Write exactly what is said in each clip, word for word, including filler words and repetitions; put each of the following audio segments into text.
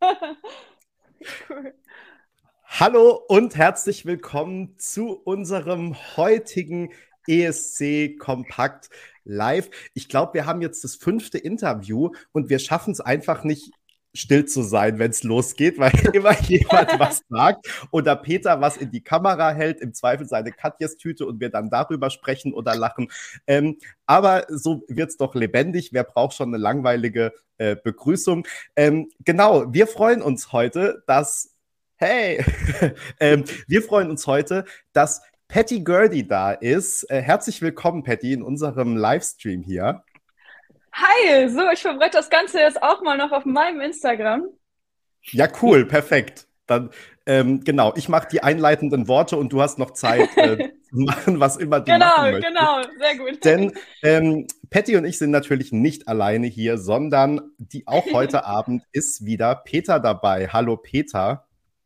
Cool. Hallo und herzlich willkommen zu unserem heutigen E S C Kompakt Live. Ich glaube, wir haben jetzt das fünfte Interview und wir schaffen es einfach nicht, still zu sein, wenn es losgeht, weil immer jemand was sagt oder Peter was in die Kamera hält, im Zweifel seine Katjes-Tüte und wir dann darüber sprechen oder lachen. Ähm, aber so wird es doch lebendig. Wer braucht schon eine langweilige äh, Begrüßung? Ähm, genau, wir freuen uns heute, dass Hey, ähm, wir freuen uns heute, dass Patty Gurdy da ist. Äh, herzlich willkommen, Patty, in unserem Livestream hier. Hi, so, ich verbreite das Ganze jetzt auch mal noch auf meinem Instagram. Ja, cool, perfekt. Dann, ähm, genau, ich mache die einleitenden Worte und du hast noch Zeit äh, zu machen, was immer du genau, machen möchtest. Genau, sehr gut. Denn ähm, Patty und ich sind natürlich nicht alleine hier, sondern die, auch heute Abend ist wieder Peter dabei. Hallo, Peter.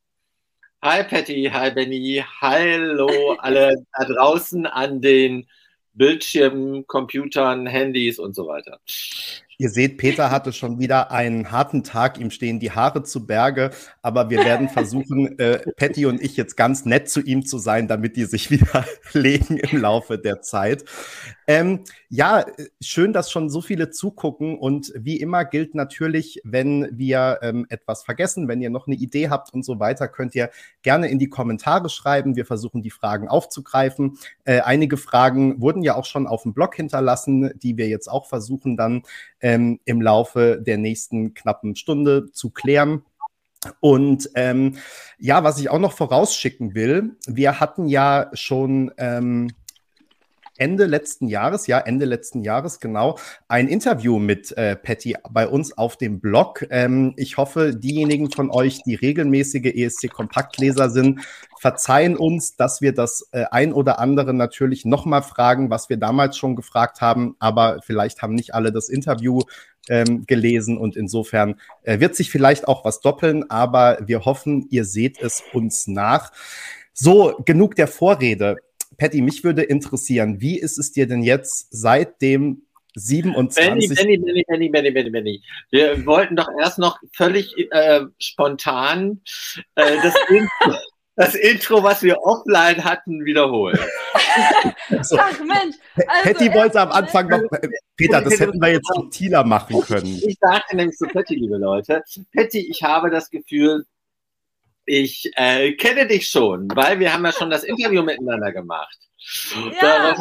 Hi Patty, hi Benny, hallo alle da draußen an den Bildschirmen, Computern, Handys und so weiter. Ihr seht, Peter hatte schon wieder einen harten Tag, ihm stehen die Haare zu Berge, aber wir werden versuchen, äh, Patty und ich jetzt ganz nett zu ihm zu sein, damit die sich wieder legen im Laufe der Zeit. Ähm, ja, schön, dass schon so viele zugucken und wie immer gilt natürlich, wenn wir ähm, etwas vergessen, wenn ihr noch eine Idee habt und so weiter, könnt ihr gerne in die Kommentare schreiben. Wir versuchen, die Fragen aufzugreifen. Äh, einige Fragen wurden ja auch schon auf dem Blog hinterlassen, die wir jetzt auch versuchen dann ähm, im Laufe der nächsten knappen Stunde zu klären. Und ähm, ja, was ich auch noch vorausschicken will, wir hatten ja schon ähm, Ende letzten Jahres, ja, Ende letzten Jahres, genau, ein Interview mit äh, Patty bei uns auf dem Blog. Ähm, ich hoffe, diejenigen von euch, die regelmäßige E S C-Kompaktleser sind, verzeihen uns, dass wir das äh, ein oder andere natürlich nochmal fragen, was wir damals schon gefragt haben, aber vielleicht haben nicht alle das Interview ähm, gelesen und insofern äh, wird sich vielleicht auch was doppeln, aber wir hoffen, ihr seht es uns nach. So, genug der Vorrede. Patty, mich würde interessieren, wie ist es dir denn jetzt seit dem siebenundzwanzigsten Benny, Benny, Benny, Benny, Benny, Benny. Wir wollten doch erst noch völlig äh, spontan äh, das, Intro, das Intro, was wir offline hatten, wiederholen. So. Ach Mensch. Also Patty wollte am Anfang noch, Peter, das hätten wir jetzt subtiler machen können. Ich sagte nämlich zu Patty, liebe Leute, Patty, ich habe das Gefühl, ich äh, kenne dich schon, weil wir haben ja schon das Interview miteinander gemacht. Ja.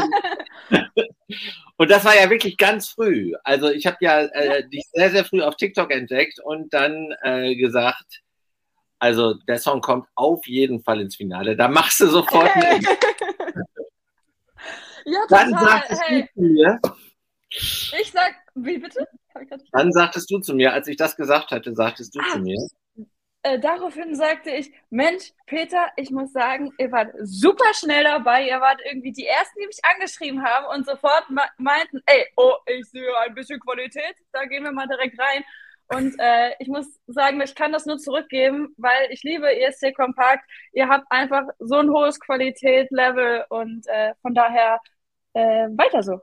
Und das war ja wirklich ganz früh. Also ich habe ja äh, dich sehr, sehr früh auf TikTok entdeckt und dann äh, gesagt, also der Song kommt auf jeden Fall ins Finale. Da machst du sofort mit. Ja, dann total. sagtest hey. du zu mir. Ich sag, wie bitte? Dann sagtest du zu mir, als ich das gesagt hatte, sagtest du ah. zu mir. Äh, daraufhin sagte ich, Mensch, Peter, ich muss sagen, ihr wart super schnell dabei, ihr wart irgendwie die Ersten, die mich angeschrieben haben und sofort meinten, ey, oh, ich sehe ein bisschen Qualität, da gehen wir mal direkt rein. Und äh, ich muss sagen, ich kann das nur zurückgeben, weil ich liebe E S C Kompakt. Ihr habt einfach so ein hohes Qualitätslevel und äh, von daher äh, weiter so.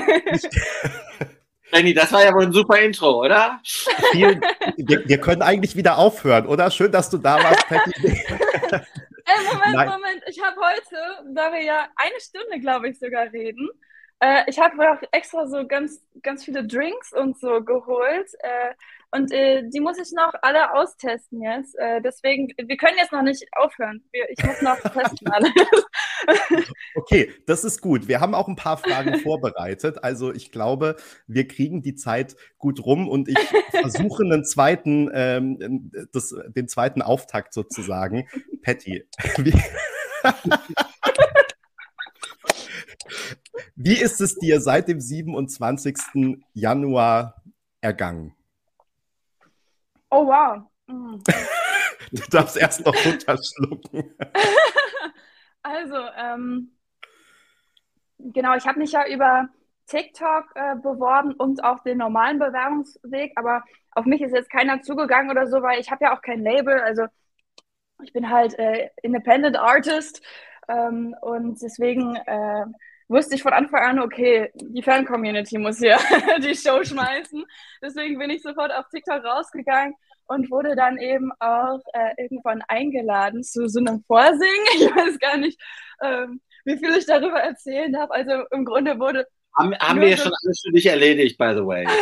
Benny, das war ja wohl ein super Intro, oder? Vielen, wir, wir können eigentlich wieder aufhören, oder? Schön, dass du da warst, Patty. Ey, Moment, Nein. Moment. Ich habe heute, da wir ja eine Stunde, glaube ich, sogar reden, äh, ich habe auch extra so ganz, ganz viele Drinks und so geholt. Äh, und äh, die muss ich noch alle austesten jetzt. Äh, deswegen, wir können jetzt noch nicht aufhören. Wir, ich muss noch testen alles. Okay, das ist gut. Wir haben auch ein paar Fragen vorbereitet. Also ich glaube, wir kriegen die Zeit gut rum und ich versuche einen zweiten, ähm, das, den zweiten Auftakt sozusagen. Patty, wie, wie ist es dir seit dem siebenundzwanzigsten Januar ergangen? Oh, wow. Mm. Du darfst erst noch runterschlucken. Also, ähm, genau, ich habe mich ja über TikTok äh, beworben und auch den normalen Bewerbungsweg, aber auf mich ist jetzt keiner zugegangen oder so, weil ich habe ja auch kein Label, also ich bin halt äh, Independent Artist ähm, und deswegen äh, wusste ich von Anfang an, okay, die Fan-Community muss hier die Show schmeißen. Deswegen bin ich sofort auf TikTok rausgegangen und wurde dann eben auch äh, irgendwann eingeladen zu so einem Vorsingen. Ich weiß gar nicht, ähm, wie viel ich darüber erzählen darf. Also im Grunde wurde... Haben, haben wir ja so schon alles für dich erledigt, by the way.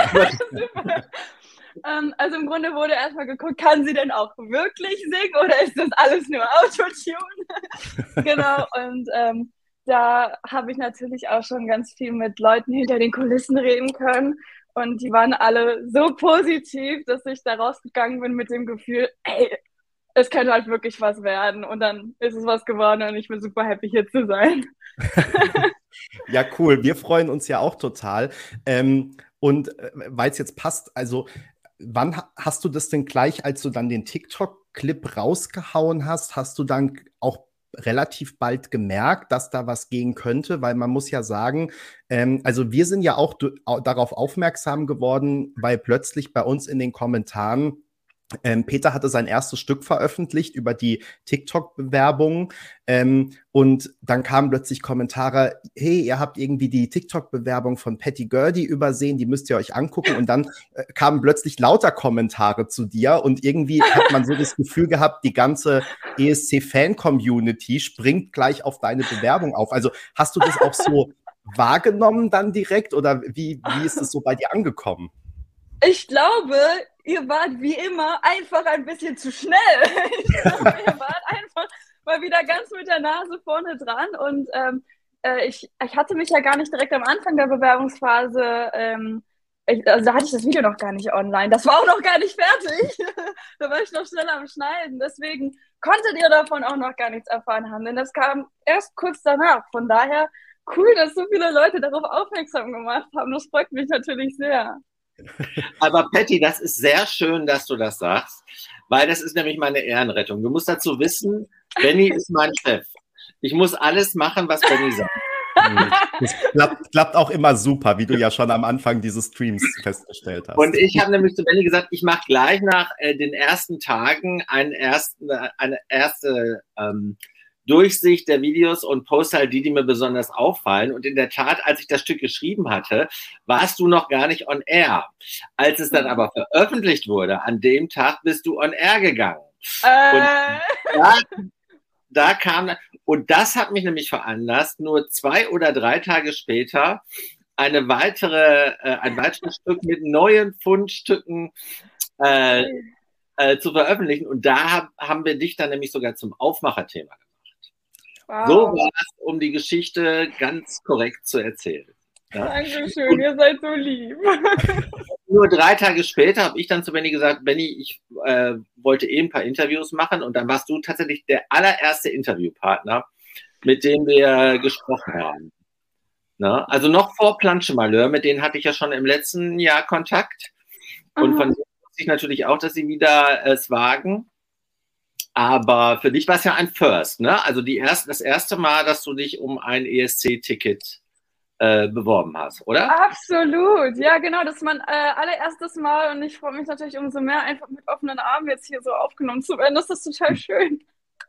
ähm, also im Grunde wurde erstmal geguckt, kann sie denn auch wirklich singen oder ist das alles nur Autotune? Genau, und ähm, da habe ich natürlich auch schon ganz viel mit Leuten hinter den Kulissen reden können. Und die waren alle so positiv, dass ich da rausgegangen bin mit dem Gefühl, ey, es könnte halt wirklich was werden. Und dann ist es was geworden und ich bin super happy, hier zu sein. Ja, cool. Wir freuen uns ja auch total. Ähm, und äh, weil es jetzt passt, also wann ha- hast du das denn gleich, als du dann den TikTok-Clip rausgehauen hast, hast du dann auch relativ bald gemerkt, dass da was gehen könnte? Weil man muss ja sagen, ähm, also wir sind ja auch du- au- darauf aufmerksam geworden, weil plötzlich bei uns in den Kommentaren Ähm, Peter hatte sein erstes Stück veröffentlicht über die TikTok-Bewerbung ähm, und dann kamen plötzlich Kommentare, hey, ihr habt irgendwie die TikTok-Bewerbung von Patty Gurdy übersehen, die müsst ihr euch angucken und dann äh, kamen plötzlich lauter Kommentare zu dir und irgendwie hat man so das Gefühl gehabt, die ganze E S C-Fan-Community springt gleich auf deine Bewerbung auf. Also hast du das auch so wahrgenommen dann direkt oder wie, wie ist es so bei dir angekommen? Ich glaube, ihr wart wie immer einfach ein bisschen zu schnell. Ich glaube, ihr wart einfach mal wieder ganz mit der Nase vorne dran. Und ähm, äh, ich, ich hatte mich ja gar nicht direkt am Anfang der Bewerbungsphase, ähm, ich, also da hatte ich das Video noch gar nicht online. Das war auch noch gar nicht fertig. Da war ich noch schnell am Schneiden. Deswegen konntet ihr davon auch noch gar nichts erfahren haben, denn das kam erst kurz danach. Von daher cool, dass so viele Leute darauf aufmerksam gemacht haben. Das freut mich natürlich sehr. Aber Patty, das ist sehr schön, dass du das sagst, weil das ist nämlich meine Ehrenrettung. Du musst dazu wissen, Benny ist mein Chef. Ich muss alles machen, was Benny sagt. Das klappt, klappt auch immer super, wie du ja schon am Anfang dieses Streams festgestellt hast. Und ich habe nämlich zu Benny gesagt, ich mache gleich nach äh, den ersten Tagen einen ersten, eine erste ähm, Durchsicht der Videos und poste halt die, die mir besonders auffallen. Und in der Tat, als ich das Stück geschrieben hatte, warst du noch gar nicht on air. Als es dann aber veröffentlicht wurde, an dem Tag bist du on air gegangen. Äh. Und da, da kam, und das hat mich nämlich veranlasst, nur zwei oder drei Tage später eine weitere, äh, ein weiteres Stück mit neuen Fundstücken äh, äh, zu veröffentlichen. Und da hab, haben wir dich dann nämlich sogar zum Aufmacherthema gemacht. Wow. So war es, um die Geschichte ganz korrekt zu erzählen. Ja. Dankeschön, und ihr seid so lieb. Nur drei Tage später habe ich dann zu Benny gesagt, Benny, ich äh, wollte eben ein paar Interviews machen und dann warst du tatsächlich der allererste Interviewpartner, mit dem wir gesprochen haben. Na? Also noch vor Planche Malheur, mit denen hatte ich ja schon im letzten Jahr Kontakt. Und von denen wusste ich natürlich auch, dass sie wieder äh, es wagen. Aber für dich war es ja ein First, ne? Also die erst, das erste Mal, dass du dich um ein E S C-Ticket äh, beworben hast, oder? Absolut, ja genau, das ist mein äh, allererstes Mal und ich freue mich natürlich umso mehr, einfach mit offenen Armen jetzt hier so aufgenommen zu werden. Das ist total schön.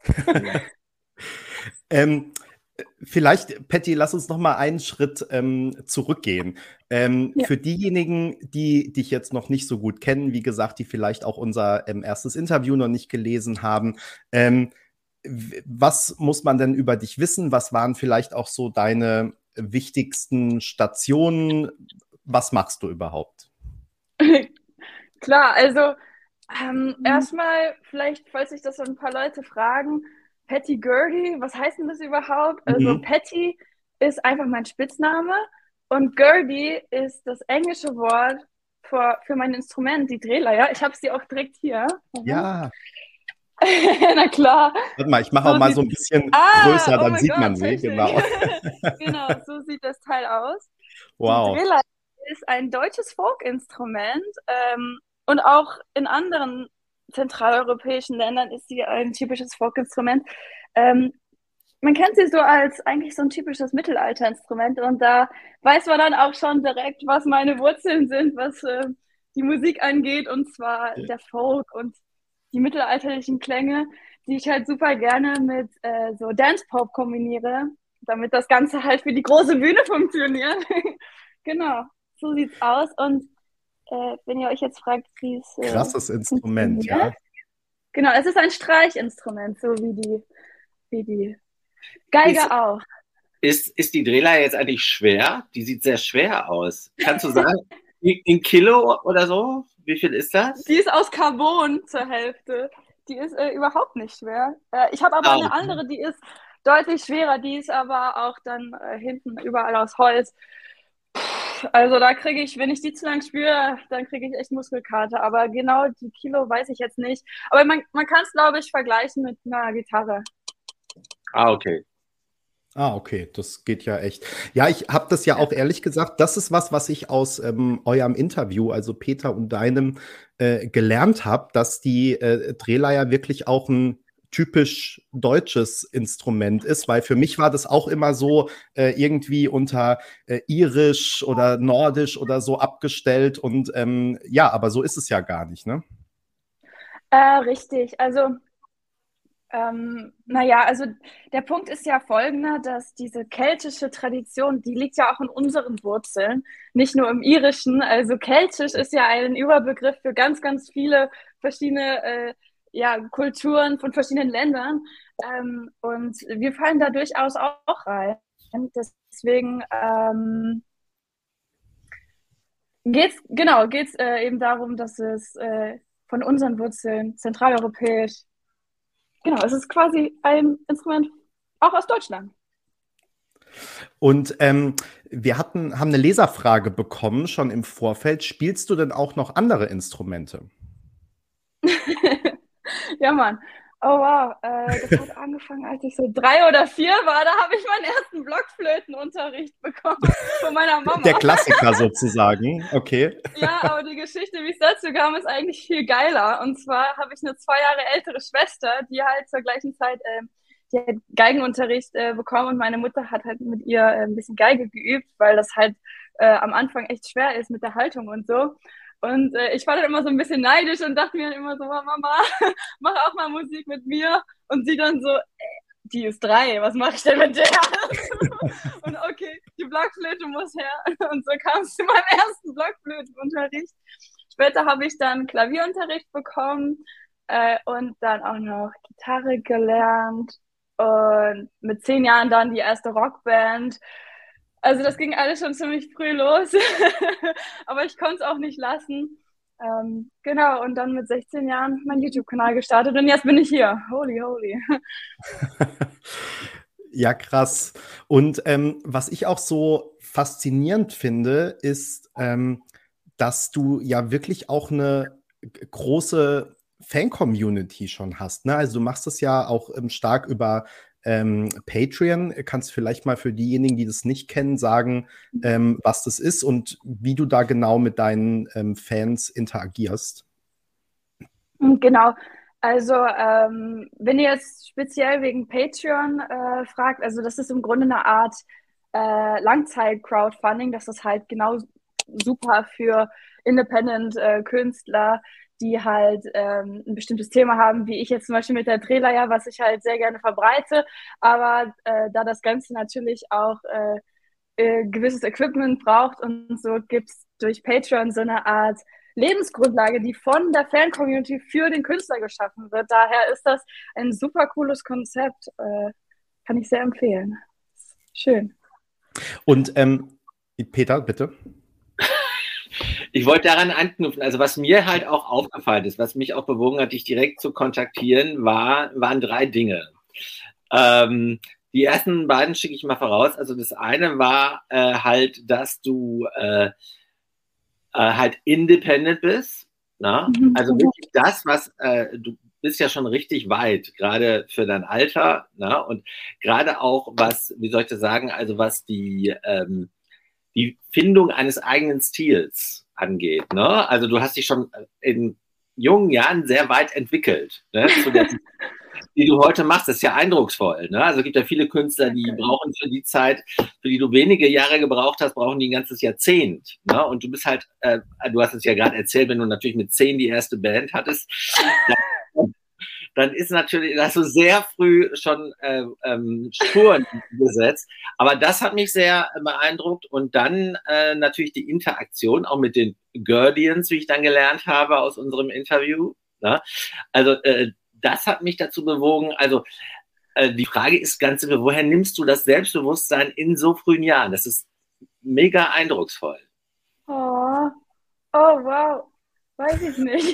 ähm, Vielleicht, Patty, lass uns noch mal einen Schritt ähm, zurückgehen. Ähm, ja. Für diejenigen, die dich jetzt noch nicht so gut kennen, wie gesagt, die vielleicht auch unser ähm, erstes Interview noch nicht gelesen haben, ähm, was muss man denn über dich wissen? Was waren vielleicht auch so deine wichtigsten Stationen? Was machst du überhaupt? Klar, also ähm, mhm. erstmal, vielleicht, falls sich das so ein paar Leute fragen, Patty Gurdy, was heißt denn das überhaupt? Mhm. Also Patty ist einfach mein Spitzname und Gurdy ist das englische Wort für, für mein Instrument, die Drehleier. Ich habe sie auch direkt hier. Ja. Na klar. Warte mal, ich mache so auch mal so ein bisschen ah, größer, dann oh sieht God, man sie. Genau. Genau, so sieht das Teil aus. Wow. Die Drehleier ist ein deutsches Folkinstrument ähm, und auch in anderen zentraleuropäischen Ländern ist sie ein typisches Folkinstrument. Ähm, man kennt sie so als eigentlich so ein typisches Mittelalterinstrument und da weiß man dann auch schon direkt, was meine Wurzeln sind, was äh, die Musik angeht und zwar der Folk und die mittelalterlichen Klänge, die ich halt super gerne mit äh, so Dance-Pop kombiniere, damit das Ganze halt für die große Bühne funktioniert. Genau, so sieht's aus und äh, wenn ihr euch jetzt fragt, wie es äh, Krasses Instrument, ja. Genau, es ist ein Streichinstrument, so wie die, wie die Geige ist, auch. Ist, ist die Drehleier jetzt eigentlich schwer? Die sieht sehr schwer aus. Kannst du sagen, in Kilo oder so? Wie viel ist das? Die ist aus Carbon zur Hälfte. Die ist äh, überhaupt nicht schwer. Äh, ich habe aber oh. eine andere, die ist deutlich schwerer. Die ist aber auch dann äh, hinten überall aus Holz. Also da kriege ich, wenn ich die zu lang spüre, dann kriege ich echt Muskelkater. Aber genau die Kilo weiß ich jetzt nicht. Aber man, man kann es, glaube ich, vergleichen mit einer Gitarre. Ah, okay. Ah, okay, das geht ja echt. Ja, ich habe das ja auch ehrlich gesagt, das ist was, was ich aus ähm, eurem Interview, also Peter und deinem, äh, gelernt habe, dass die äh, Drehleier wirklich auch ein typisch deutsches Instrument ist, weil für mich war das auch immer so äh, irgendwie unter äh, irisch oder nordisch oder so abgestellt und ähm, ja, aber so ist es ja gar nicht, ne? Äh, richtig, also Ähm, naja, also der Punkt ist ja folgender, dass diese keltische Tradition, die liegt ja auch in unseren Wurzeln, nicht nur im Irischen. Also keltisch ist ja ein Überbegriff für ganz, ganz viele verschiedene äh, ja, Kulturen von verschiedenen Ländern. Ähm, und wir fallen da durchaus auch rein. Deswegen ähm, geht's, genau, geht's äh, eben darum, dass es äh, von unseren Wurzeln zentraleuropäisch. Genau, es ist quasi ein Instrument auch aus Deutschland. Und ähm, wir hatten, haben eine Leserfrage bekommen, schon im Vorfeld. Spielst du denn auch noch andere Instrumente? Ja, Mann. Oh, wow. Äh, das hat angefangen, als ich so drei oder vier war. Da habe ich meinen ersten Blockflötenunterricht bekommen von meiner Mama. Der Klassiker sozusagen, okay. Ja, aber die Geschichte, wie es dazu kam, ist eigentlich viel geiler. Und zwar habe ich eine zwei Jahre ältere Schwester, die halt zur gleichen Zeit äh, die hat Geigenunterricht äh, bekommen und meine Mutter hat halt mit ihr äh, ein bisschen Geige geübt, weil das halt äh, am Anfang echt schwer ist mit der Haltung und so. Und äh, ich war dann immer so ein bisschen neidisch und dachte mir dann immer so, Mama, mach auch mal Musik mit mir. Und sie dann so, die ist drei, was mache ich denn mit der? Und okay, die Blockflöte muss her. Und so kam es zu meinem ersten Blockflötenunterricht. Später habe ich dann Klavierunterricht bekommen äh, und dann auch noch Gitarre gelernt. Und mit zehn Jahren dann die erste Rockband. Also das ging alles schon ziemlich früh los. Aber ich konnte es auch nicht lassen. Ähm, genau, und dann mit sechzehn Jahren meinen YouTube-Kanal gestartet und jetzt bin ich hier. Holy, holy. Ja, krass. Und ähm, was ich auch so faszinierend finde, ist, ähm, dass du ja wirklich auch eine große Fan-Community schon hast. Ne? Also du machst das ja auch ähm, stark über ähm, Patreon. Kannst du vielleicht mal für diejenigen, die das nicht kennen, sagen, ähm, was das ist und wie du da genau mit deinen ähm, Fans interagierst? Genau. Also ähm, wenn ihr jetzt speziell wegen Patreon äh, fragt, also das ist im Grunde eine Art äh, Langzeit-Crowdfunding. Das ist halt genau super für Independent-Künstler, äh, die halt ähm, ein bestimmtes Thema haben, wie ich jetzt zum Beispiel mit der Drehleier, was ich halt sehr gerne verbreite. Aber äh, da das Ganze natürlich auch äh, äh, gewisses Equipment braucht und so gibt es durch Patreon so eine Art Lebensgrundlage, die von der Fan-Community für den Künstler geschaffen wird. Daher ist das ein super cooles Konzept. Äh, kann ich sehr empfehlen. Schön. Und ähm, Peter, bitte. Ich wollte daran anknüpfen, also was mir halt auch aufgefallen ist, was mich auch bewogen hat, dich direkt zu kontaktieren, war, waren drei Dinge. Ähm, die ersten beiden schicke ich mal voraus. Also das eine war äh, halt, dass du äh, äh, halt independent bist. Na? Mhm. Also wirklich das, was äh, du bist ja schon richtig weit, gerade für dein Alter. Na? Und gerade auch was, wie soll ich das sagen, also was die ähm, die Findung eines eigenen Stils angeht. Ne? Also du hast dich schon in jungen Jahren sehr weit entwickelt. Ne? Zu der, die du heute machst, das ist ja eindrucksvoll. Ne? Also es gibt ja viele Künstler, die brauchen für die Zeit, für die du wenige Jahre gebraucht hast, brauchen die ein ganzes Jahrzehnt. Ne? Und du bist halt, äh, du hast es ja gerade erzählt, wenn du natürlich mit zehn die erste Band hattest, dann, dann ist natürlich, da hast du sehr früh schon äh, ähm, Spuren gesetzt. Aber das hat mich sehr beeindruckt. Und dann äh, natürlich die Interaktion auch mit den Guardians, wie ich dann gelernt habe aus unserem Interview. Ne? Also äh, das hat mich dazu bewogen, also äh, die Frage ist ganz simpel, woher nimmst du das Selbstbewusstsein in so frühen Jahren? Das ist mega eindrucksvoll. Oh, oh wow, weiß ich nicht.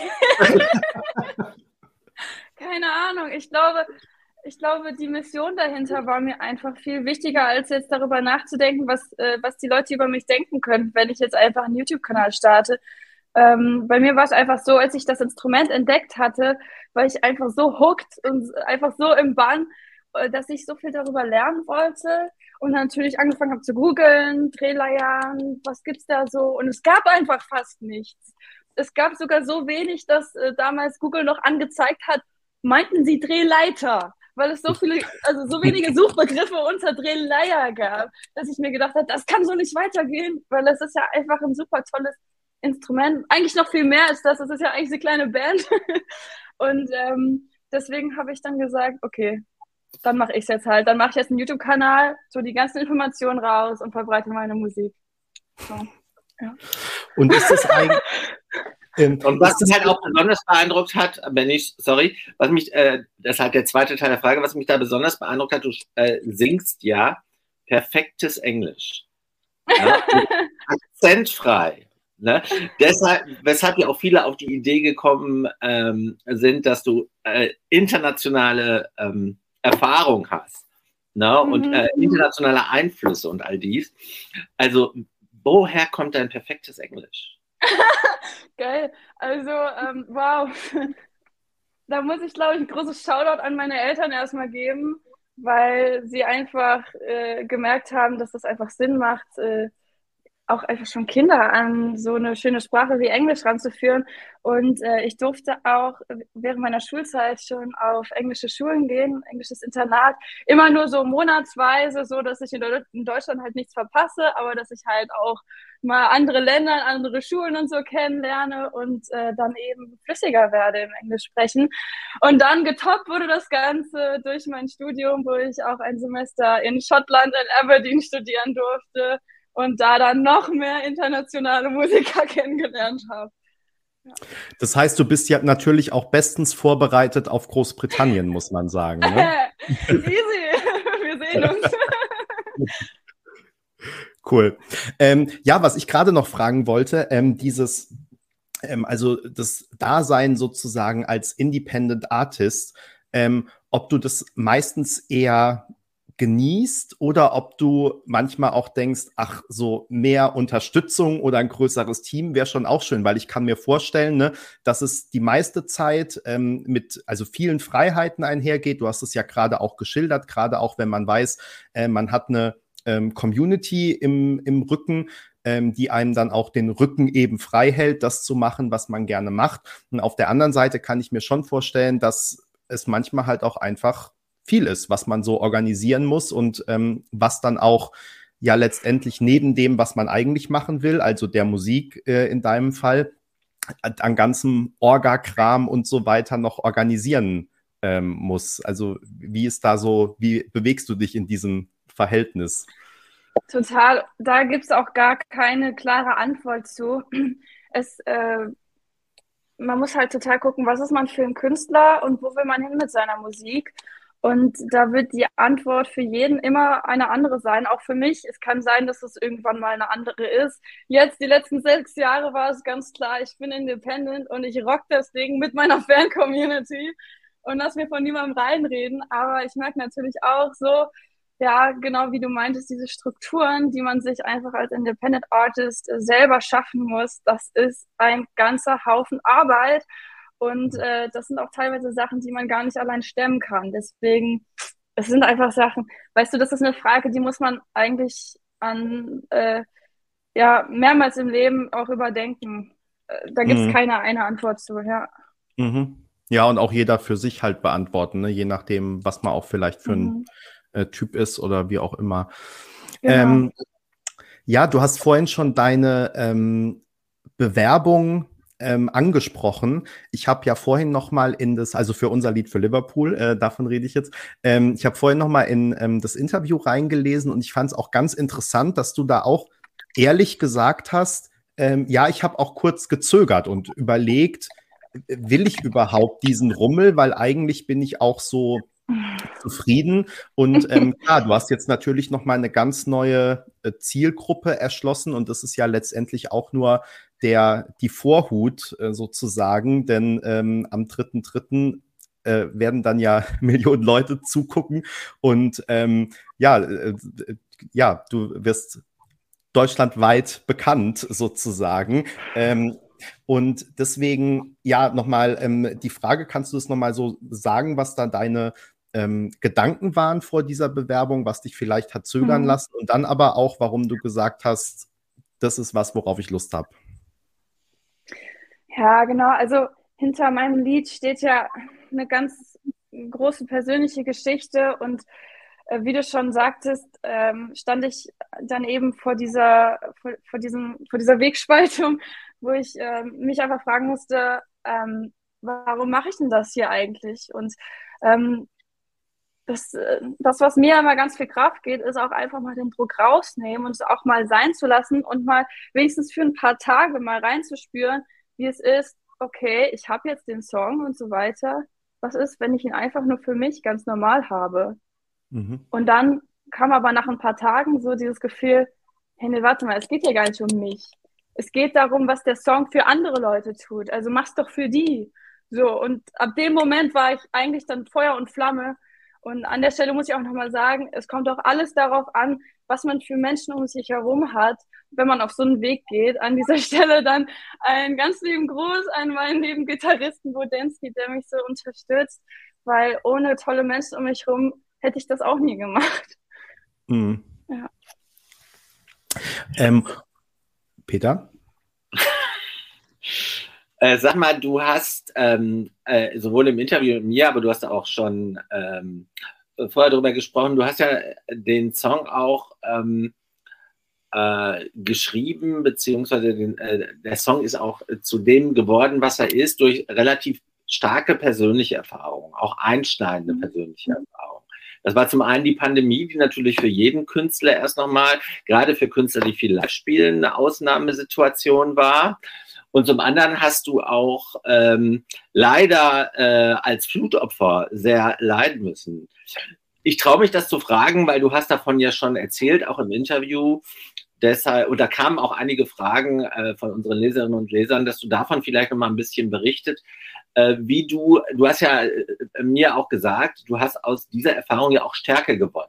Keine Ahnung, ich glaube, ich glaube, die Mission dahinter war mir einfach viel wichtiger, als jetzt darüber nachzudenken, was, äh, was die Leute über mich denken können, wenn ich jetzt einfach einen YouTube-Kanal starte. Ähm, bei mir war es einfach so, als ich das Instrument entdeckt hatte, war ich einfach so hooked und einfach so im Bann, äh, dass ich so viel darüber lernen wollte und natürlich angefangen habe zu googeln, Drehleiern, was gibt's da so? Und es gab einfach fast nichts. Es gab sogar so wenig, dass äh, damals Google noch angezeigt hat, meinten sie Drehleiter, weil es so viele, also so wenige Suchbegriffe unter Drehleier gab, dass ich mir gedacht habe, das kann so nicht weitergehen, weil das ist ja einfach ein super tolles Instrument. Eigentlich noch viel mehr als das. Das ist ja eigentlich eine kleine Band. Und ähm, deswegen habe ich dann gesagt, okay, dann mache ich es jetzt halt. Dann mache ich jetzt einen YouTube-Kanal, so die ganzen Informationen raus und verbreite meine Musik. So, ja. Und ist das eigentlich... Ähm, und was mich halt auch besonders beeindruckt hat, wenn ich, sorry, was mich, äh, das ist halt der zweite Teil der Frage, was mich da besonders beeindruckt hat, du äh, singst ja perfektes Englisch. Ja? Akzentfrei. Ne? Deshalb, weshalb ja auch viele auf die Idee gekommen ähm, sind, dass du äh, internationale ähm, Erfahrung hast, ne? Und äh, internationale Einflüsse und all dies. Also, woher kommt dein perfektes Englisch? Geil. Also, ähm, wow. Da muss ich, glaube ich, ein großes Shoutout an meine Eltern erstmal geben, weil sie einfach äh, gemerkt haben, dass das einfach Sinn macht, äh, auch einfach schon Kinder an so eine schöne Sprache wie Englisch ranzuführen. Und äh, ich durfte auch während meiner Schulzeit schon auf englische Schulen gehen, englisches Internat, immer nur so monatsweise, so dass ich in, De- in Deutschland halt nichts verpasse, aber dass ich halt auch mal andere Länder, andere Schulen und so kennenlerne und äh, dann eben flüssiger werde im Englisch sprechen. Und dann getoppt wurde das Ganze durch mein Studium, wo ich auch ein Semester in Schottland, in Aberdeen studieren durfte und da dann noch mehr internationale Musiker kennengelernt habe. Ja. Das heißt, du bist ja natürlich auch bestens vorbereitet auf Großbritannien, muss man sagen. Ne? Easy, wir sehen uns. Cool. Ähm, ja, was ich gerade noch fragen wollte, ähm, dieses, ähm, also das Dasein sozusagen als Independent Artist, ähm, ob du das meistens eher genießt oder ob du manchmal auch denkst, ach, so mehr Unterstützung oder ein größeres Team wäre schon auch schön, weil ich kann mir vorstellen, ne, dass es die meiste Zeit ähm, mit also vielen Freiheiten einhergeht. Du hast es ja gerade auch geschildert, gerade auch wenn man weiß, äh, man hat eine ähm, Community im, im Rücken, ähm, die einem dann auch den Rücken eben frei hält, das zu machen, was man gerne macht. Und auf der anderen Seite kann ich mir schon vorstellen, dass es manchmal halt auch einfach viel ist, was man so organisieren muss und ähm, was dann auch ja letztendlich neben dem, was man eigentlich machen will, also der Musik äh, in deinem Fall, an ganzem Orga-Kram und so weiter noch organisieren ähm, muss. Also wie ist da so, wie bewegst du dich in diesem Verhältnis? Total, da gibt es auch gar keine klare Antwort zu. Es, äh, man muss halt total gucken, was ist man für ein Künstler und wo will man hin mit seiner Musik. Und da wird die Antwort für jeden immer eine andere sein, auch für mich. Es kann sein, dass es irgendwann mal eine andere ist. Jetzt, die letzten sechs Jahre war es ganz klar, ich bin independent und ich rock das Ding mit meiner Fan-Community und lass mir von niemandem reinreden. Aber ich merke natürlich auch so, ja, genau wie du meintest, diese Strukturen, die man sich einfach als Independent Artist selber schaffen muss, das ist ein ganzer Haufen Arbeit. Und äh, das sind auch teilweise Sachen, die man gar nicht allein stemmen kann. Deswegen, es sind einfach Sachen, weißt du, das ist eine Frage, die muss man eigentlich an, äh, ja, mehrmals im Leben auch überdenken. Äh, da gibt es mhm. keine eine Antwort zu, ja. Mhm. Ja, und auch jeder für sich halt beantworten, ne? Je nachdem, was man auch vielleicht für mhm. ein äh, Typ ist oder wie auch immer. Genau. Ähm, ja, du hast vorhin schon deine ähm, Bewerbung ähm, angesprochen. Ich habe ja vorhin noch mal in das, also für unser Lied für Liverpool, äh, davon rede ich jetzt, ähm, ich habe vorhin noch mal in ähm, das Interview reingelesen und ich fand es auch ganz interessant, dass du da auch ehrlich gesagt hast, ähm, ja, ich habe auch kurz gezögert und überlegt, will ich überhaupt diesen Rummel, weil eigentlich bin ich auch so zufrieden. Und ähm, klar, du hast jetzt natürlich noch mal eine ganz neue äh, Zielgruppe erschlossen und das ist ja letztendlich auch nur der, die Vorhut äh, sozusagen, denn ähm, am dritten dritten äh, werden dann ja Millionen Leute zugucken und ähm, ja, äh, ja, du wirst deutschlandweit bekannt sozusagen. Ähm, und deswegen, ja, nochmal ähm, die Frage, kannst du es nochmal so sagen, was da deine ähm, Gedanken waren vor dieser Bewerbung, was dich vielleicht hat zögern Mhm. lassen und dann aber auch, warum du gesagt hast, das ist was, worauf ich Lust habe. Ja, genau. Also hinter meinem Lied steht ja eine ganz große persönliche Geschichte und äh, wie du schon sagtest, ähm, stand ich dann eben vor dieser, vor, vor diesem, vor dieser Wegspaltung, wo ich ähm, mich einfach fragen musste, ähm, warum mache ich denn das hier eigentlich? Und ähm, das, äh, das, was mir immer ganz viel Kraft geht, ist auch einfach mal den Druck rausnehmen und es auch mal sein zu lassen und mal wenigstens für ein paar Tage mal reinzuspüren, wie es ist, okay, ich habe jetzt den Song und so weiter. Was ist, wenn ich ihn einfach nur für mich ganz normal habe? Mhm. Und dann kam aber nach ein paar Tagen so dieses Gefühl, hey, nee, warte mal, es geht ja gar nicht um mich. Es geht darum, was der Song für andere Leute tut. Also mach's doch für die. So, und ab dem Moment war ich eigentlich dann Feuer und Flamme. Und an der Stelle muss ich auch nochmal sagen, es kommt auch alles darauf an, was man für Menschen um sich herum hat, wenn man auf so einen Weg geht. An dieser Stelle dann einen ganz lieben Gruß an meinen lieben Gitarristen Bodensky, der mich so unterstützt, weil ohne tolle Menschen um mich herum hätte ich das auch nie gemacht. Mhm. Ja. Ähm, Peter? Äh, sag mal, du hast ähm, äh, sowohl im Interview mit mir, aber du hast auch schon ähm, vorher darüber gesprochen, du hast ja den Song auch ähm, äh, geschrieben, beziehungsweise den, äh, der Song ist auch zu dem geworden, was er ist, durch relativ starke persönliche Erfahrungen, auch einschneidende Mhm. persönliche Erfahrungen. Das war zum einen die Pandemie, die natürlich für jeden Künstler erst nochmal, gerade für Künstler, die viel live spielen, eine Ausnahmesituation war. Und zum anderen hast du auch ähm, leider äh, als Flutopfer sehr leiden müssen. Ich traue mich, das zu fragen, weil du hast davon ja schon erzählt, auch im Interview. Deshalb, und da kamen auch einige Fragen äh, von unseren Leserinnen und Lesern, dass du davon vielleicht noch mal ein bisschen berichtet, äh, wie du, du hast ja äh, mir auch gesagt, du hast aus dieser Erfahrung ja auch Stärke gewonnen.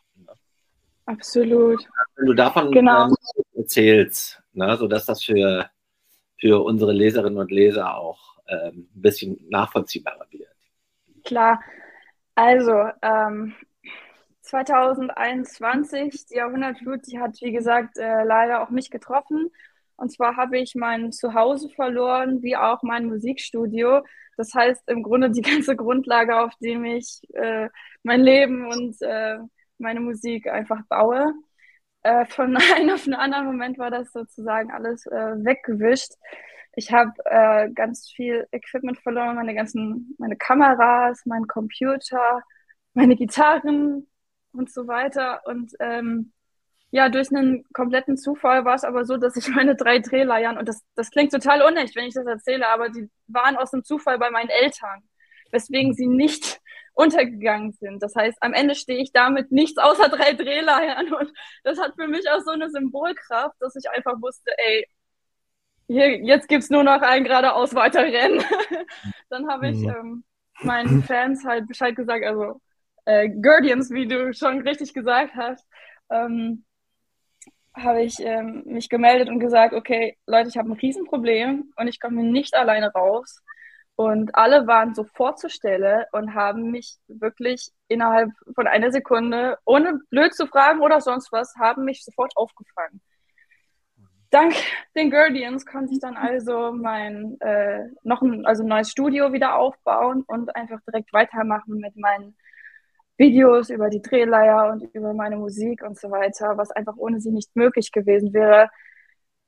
Absolut. Wenn du davon genau. ähm, erzählst, ne, sodass das für, für unsere Leserinnen und Leser auch ähm, ein bisschen nachvollziehbarer wird. Klar. Also, ähm, zwanzig einundzwanzig, die Jahrhundertflut, die hat, wie gesagt, äh, leider auch mich getroffen. Und zwar habe ich mein Zuhause verloren, wie auch mein Musikstudio. Das heißt im Grunde die ganze Grundlage, auf dem ich äh, mein Leben und äh, meine Musik einfach baue. Äh, von einem auf einen anderen Moment war das sozusagen alles äh, weggewischt. Ich habe äh, ganz viel Equipment verloren, meine ganzen, meine Kameras, meinen Computer, meine Gitarren und so weiter. Und ähm, ja, durch einen kompletten Zufall war es aber so, dass ich meine drei Drehleiern, und das, das klingt total unecht, wenn ich das erzähle, aber die waren aus dem Zufall bei meinen Eltern, weswegen sie nicht untergegangen sind. Das heißt, am Ende stehe ich da mit nichts außer drei Drehleiern und das hat für mich auch so eine Symbolkraft, dass ich einfach wusste, ey, hier, jetzt gibt's nur noch ein geradeaus weiterrennen. Dann habe ich Mhm. ähm, meinen Fans halt Bescheid gesagt, also äh, Guardians, wie du schon richtig gesagt hast, ähm, habe ich ähm, mich gemeldet und gesagt, okay, Leute, ich habe ein Riesenproblem und ich komme hier nicht alleine raus. Und alle waren sofort zur Stelle und haben mich wirklich innerhalb von einer Sekunde, ohne blöd zu fragen oder sonst was, haben mich sofort aufgefangen. Dank den Guardians konnte ich dann also mein äh, noch ein, also ein neues Studio wieder aufbauen und einfach direkt weitermachen mit meinen Videos über die Drehleier und über meine Musik und so weiter, was einfach ohne sie nicht möglich gewesen wäre.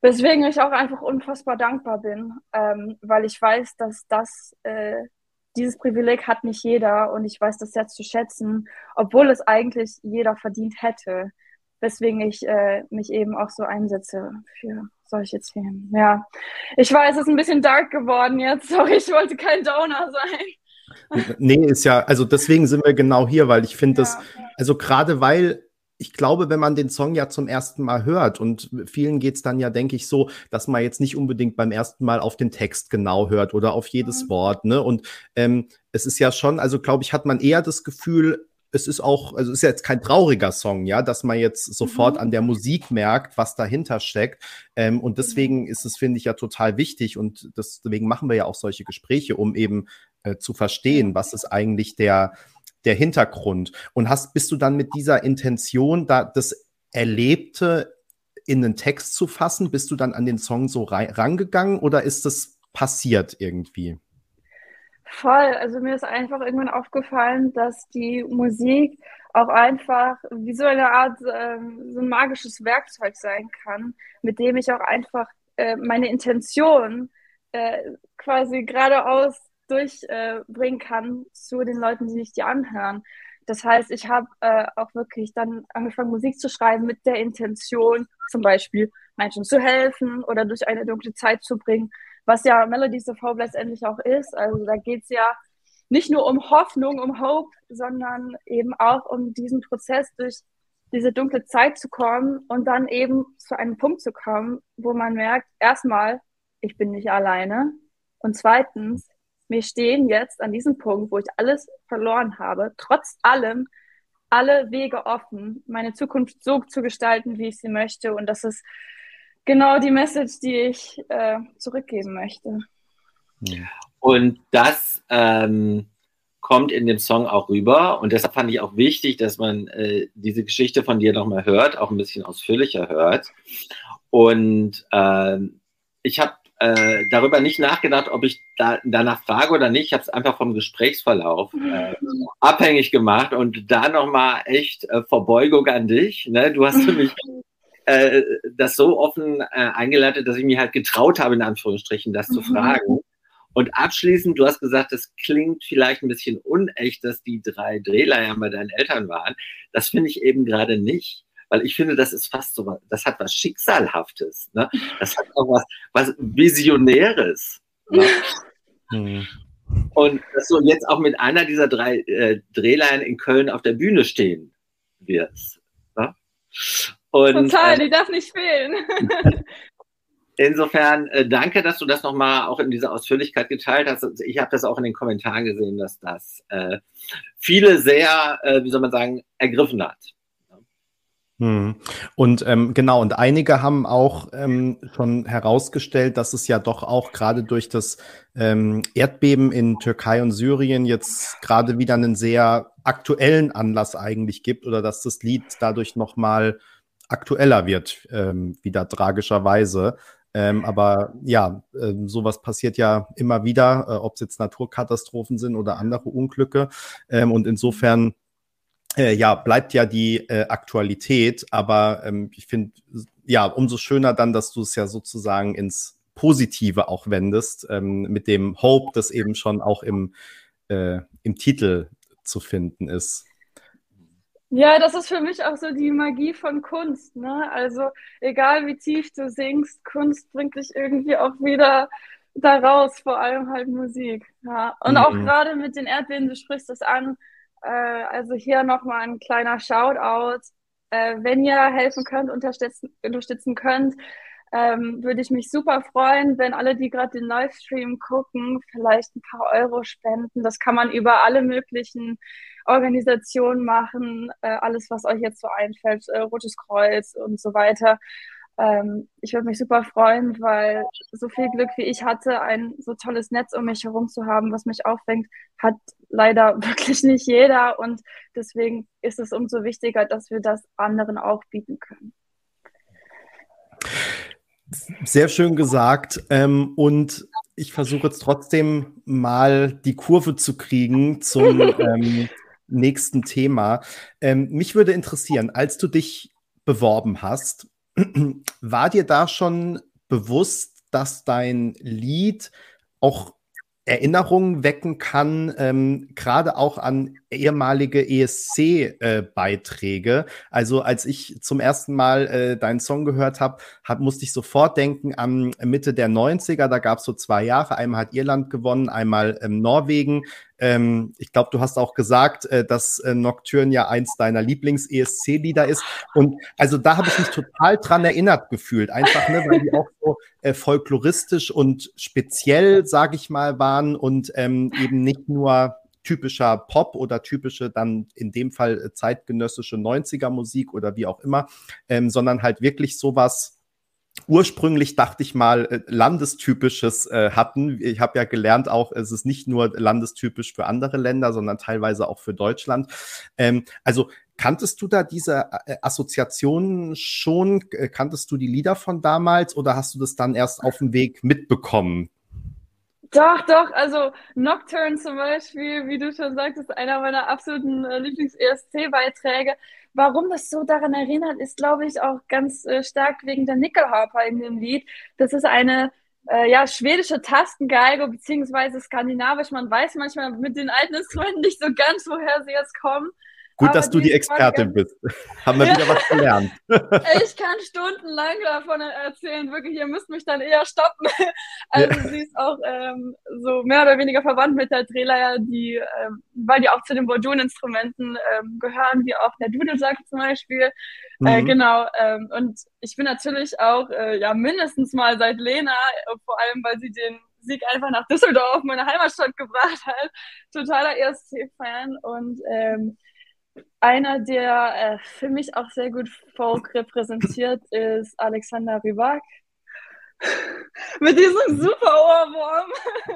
Weswegen ich auch einfach unfassbar dankbar bin, ähm, weil ich weiß, dass das, äh, dieses Privileg hat nicht jeder und ich weiß das sehr zu schätzen, obwohl es eigentlich jeder verdient hätte. Weswegen ich äh, mich eben auch so einsetze für solche Themen. Ja, ich weiß, es ist ein bisschen dark geworden jetzt. Sorry, ich wollte kein Downer sein. Nee, ist ja, also deswegen sind wir genau hier, weil ich finde Ja. das, also gerade weil ich glaube, wenn man den Song ja zum ersten Mal hört und vielen geht's dann ja, denke ich, so, dass man jetzt nicht unbedingt beim ersten Mal auf den Text genau hört oder auf jedes Mhm. Wort, ne? Und ähm, es ist ja schon, also glaube ich, hat man eher das Gefühl, es ist auch, also es ist ja jetzt kein trauriger Song, ja, dass man jetzt sofort Mhm. an der Musik merkt, was dahinter steckt. Ähm, und deswegen ist es, finde ich, ja total wichtig und deswegen machen wir ja auch solche Gespräche, um eben äh, zu verstehen, was ist eigentlich der der Hintergrund. Und hast, bist du dann mit dieser Intention, da das Erlebte in einen Text zu fassen, bist du dann an den Song so rei- rangegangen oder ist das passiert irgendwie? Voll. Also mir ist einfach irgendwann aufgefallen, dass die Musik auch einfach wie so eine Art, ähm, so ein magisches Werkzeug sein kann, mit dem ich auch einfach äh, meine Intention äh, quasi geradeaus durchbringen äh, bringen kann zu den Leuten, die sich die anhören. Das heißt, ich habe äh, auch wirklich dann angefangen, Musik zu schreiben mit der Intention, zum Beispiel Menschen zu helfen oder durch eine dunkle Zeit zu bringen, was ja Melodies of Hope letztendlich auch ist. Also da geht es ja nicht nur um Hoffnung, um Hope, sondern eben auch um diesen Prozess durch diese dunkle Zeit zu kommen und dann eben zu einem Punkt zu kommen, wo man merkt, erstmal, ich bin nicht alleine und zweitens, mir stehen jetzt an diesem Punkt, wo ich alles verloren habe, trotz allem alle Wege offen, meine Zukunft so zu gestalten, wie ich sie möchte. Und das ist genau die Message, die ich äh, zurückgeben möchte. Und das ähm, kommt in dem Song auch rüber. Und deshalb fand ich auch wichtig, dass man äh, diese Geschichte von dir nochmal hört, auch ein bisschen ausführlicher hört. Und äh, ich habe äh, darüber nicht nachgedacht, ob ich da, danach frage oder nicht. Ich habe es einfach vom Gesprächsverlauf äh, abhängig gemacht. Und da nochmal echt äh, Verbeugung an dich. Ne? Du hast für mich äh, das so offen äh, eingeleitet, dass ich mich halt getraut habe, in Anführungsstrichen, das zu fragen. Und abschließend, du hast gesagt, das klingt vielleicht ein bisschen unecht, dass die drei Drehleier bei deinen Eltern waren. Das finde ich eben gerade nicht. Weil ich finde, das ist fast so was, das hat was Schicksalhaftes. Ne? Das hat auch was, was Visionäres. Ne? Mhm. Und dass du jetzt auch mit einer dieser drei äh, Drehleien in Köln auf der Bühne stehen wirst. Ne? Und, Total, äh, die darf nicht fehlen. Insofern äh, danke, dass du das nochmal auch in dieser Ausführlichkeit geteilt hast. Ich habe das auch in den Kommentaren gesehen, dass das äh, viele sehr, äh, wie soll man sagen, ergriffen hat. Hm. Und ähm, genau, und einige haben auch ähm, schon herausgestellt, dass es ja doch auch gerade durch das ähm, Erdbeben in Türkei und Syrien jetzt gerade wieder einen sehr aktuellen Anlass eigentlich gibt oder dass das Lied dadurch nochmal aktueller wird, ähm, wieder tragischerweise. Ähm, aber ja, äh, sowas passiert ja immer wieder, äh, ob es jetzt Naturkatastrophen sind oder andere Unglücke. Ähm, und insofern Äh, ja, bleibt ja die äh, Aktualität, aber ähm, ich finde, ja, umso schöner dann, dass du es ja sozusagen ins Positive auch wendest, ähm, mit dem Hope, das eben schon auch im, äh, im Titel zu finden ist. Ja, das ist für mich auch so die Magie von Kunst, ne? Also egal wie tief du singst, Kunst bringt dich irgendwie auch wieder da raus, vor allem halt Musik. Ja. Und auch Mhm. gerade mit den Erdbeben, du sprichst das an, äh, also hier nochmal ein kleiner Shoutout. Äh, wenn ihr helfen könnt, unterstützen, unterstützen könnt, ähm, würde ich mich super freuen, wenn alle, die gerade den Livestream gucken, vielleicht ein paar Euro spenden. Das kann man über alle möglichen Organisationen machen, äh, alles, was euch jetzt so einfällt, äh, Rotes Kreuz und so weiter. Ähm, ich würde mich super freuen, weil so viel Glück wie ich hatte, ein so tolles Netz um mich herum zu haben, was mich auffängt, hat leider wirklich nicht jeder. Und deswegen ist es umso wichtiger, dass wir das anderen auch bieten können. Sehr schön gesagt. Ähm, und ich versuche jetzt trotzdem mal die Kurve zu kriegen zum ähm, nächsten Thema. Ähm, mich würde interessieren, als du dich beworben hast, war dir da schon bewusst, dass dein Lied auch Erinnerungen wecken kann, ähm, gerade auch an ehemalige E S C-Beiträge. Äh, also als ich zum ersten Mal äh, deinen Song gehört habe, hab, musste ich sofort denken an Mitte der neunziger. Da gab es so zwei Jahre. Einmal hat Irland gewonnen, einmal ähm, Norwegen. Ähm, ich glaube, du hast auch gesagt, äh, dass äh, Nocturne ja eins deiner Lieblings-E S C-Lieder ist. Und also da habe ich mich total dran erinnert gefühlt. Einfach, ne, weil die auch so äh, folkloristisch und speziell, sage ich mal, waren und ähm, eben nicht nur typischer Pop oder typische dann in dem Fall äh, zeitgenössische neunziger-Musik oder wie auch immer, ähm, sondern halt wirklich sowas ursprünglich, dachte ich mal, äh, landestypisches äh, hatten. Ich habe ja gelernt auch, es ist nicht nur landestypisch für andere Länder, sondern teilweise auch für Deutschland. Ähm, also kanntest du da diese äh, Assoziationen schon? Äh, kanntest du die Lieder von damals oder hast du das dann erst auf dem Weg mitbekommen? Doch, doch, also Nocturne zum Beispiel, wie du schon sagtest, einer meiner absoluten äh, Lieblings-E S C-Beiträge. Warum das so daran erinnert, ist, glaube ich, auch ganz äh, stark wegen der Nyckelharpa in dem Lied. Das ist eine äh, ja, schwedische Tastengeige, beziehungsweise skandinavisch. Man weiß manchmal mit den alten Instrumenten nicht so ganz, woher sie jetzt kommen. Gut, Aber dass du die Expertin bist. Haben wir Ja. wieder was gelernt. Ich kann stundenlang davon erzählen, wirklich, ihr müsst mich dann eher stoppen. Also Ja. sie ist auch ähm, so mehr oder weniger verwandt mit der Drehleier, die, ähm, weil die auch zu den Bordun-Instrumenten ähm, gehören, wie auch der Dudelsack zum Beispiel. Mhm. Äh, genau. Ähm, und ich bin natürlich auch äh, ja mindestens mal seit Lena, äh, vor allem weil sie den Sieg einfach nach Düsseldorf, meine Heimatstadt, gebracht hat, totaler E S C-Fan und ähm, einer, der äh, für mich auch sehr gut Folk repräsentiert, ist Alexander Rybak. Mit diesem super Ohrwurm.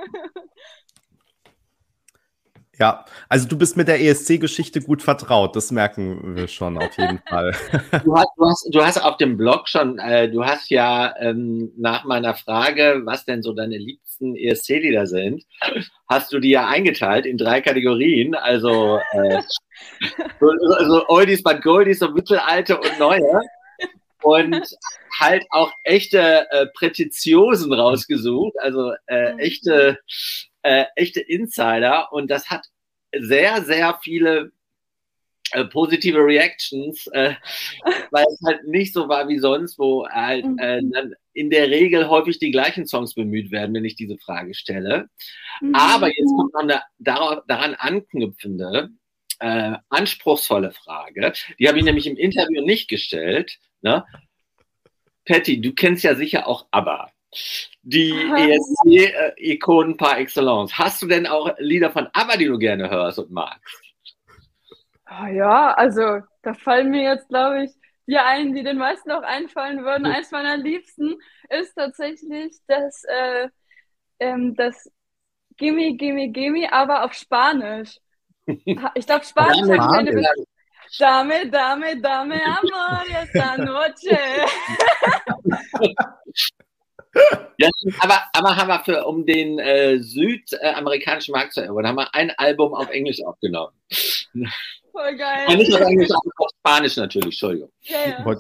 Ja, also du bist mit der E S C-Geschichte gut vertraut, das merken wir schon auf jeden Fall. Du hast, du hast, du hast auf dem Blog schon, äh, du hast ja ähm, nach meiner Frage, was denn so deine liebsten E S C-Lieder sind, hast du die ja eingeteilt in drei Kategorien, also äh, so, so Oldies but Goldies, so mittelalte und neue. Und halt auch echte äh, Prätitiosen rausgesucht, also äh, echte, äh, echte Insider. Und das hat sehr, sehr viele äh, positive Reactions, äh, weil es halt nicht so war wie sonst, wo halt äh, dann in der Regel häufig die gleichen Songs bemüht werden, wenn ich diese Frage stelle. Mhm. Aber jetzt kommt noch eine darauf, daran anknüpfende, äh, anspruchsvolle Frage. Die habe ich nämlich im Interview nicht gestellt. Ne? Patty, du kennst ja sicher auch ABBA. Die E S C-Ikonen par excellence. Hast du denn auch Lieder von ABBA, die du gerne hörst und magst? Oh ja, also da fallen mir jetzt, glaube ich, die ein, die den meisten auch einfallen würden. Ja. Eins meiner Liebsten ist tatsächlich das, äh, ähm, das Gimme, Gimme, Gimme, aber auf Spanisch. Ich glaube, Spanisch hat keine Be- Dame, dame, dame, amor, esta noche. Ja, aber, aber haben wir für, um den äh, südamerikanischen Markt zu erobern, haben wir ein Album auf Englisch aufgenommen. Voll geil. Ja, nicht auf Englisch, aber auf Spanisch natürlich, Entschuldigung. Ja, ja.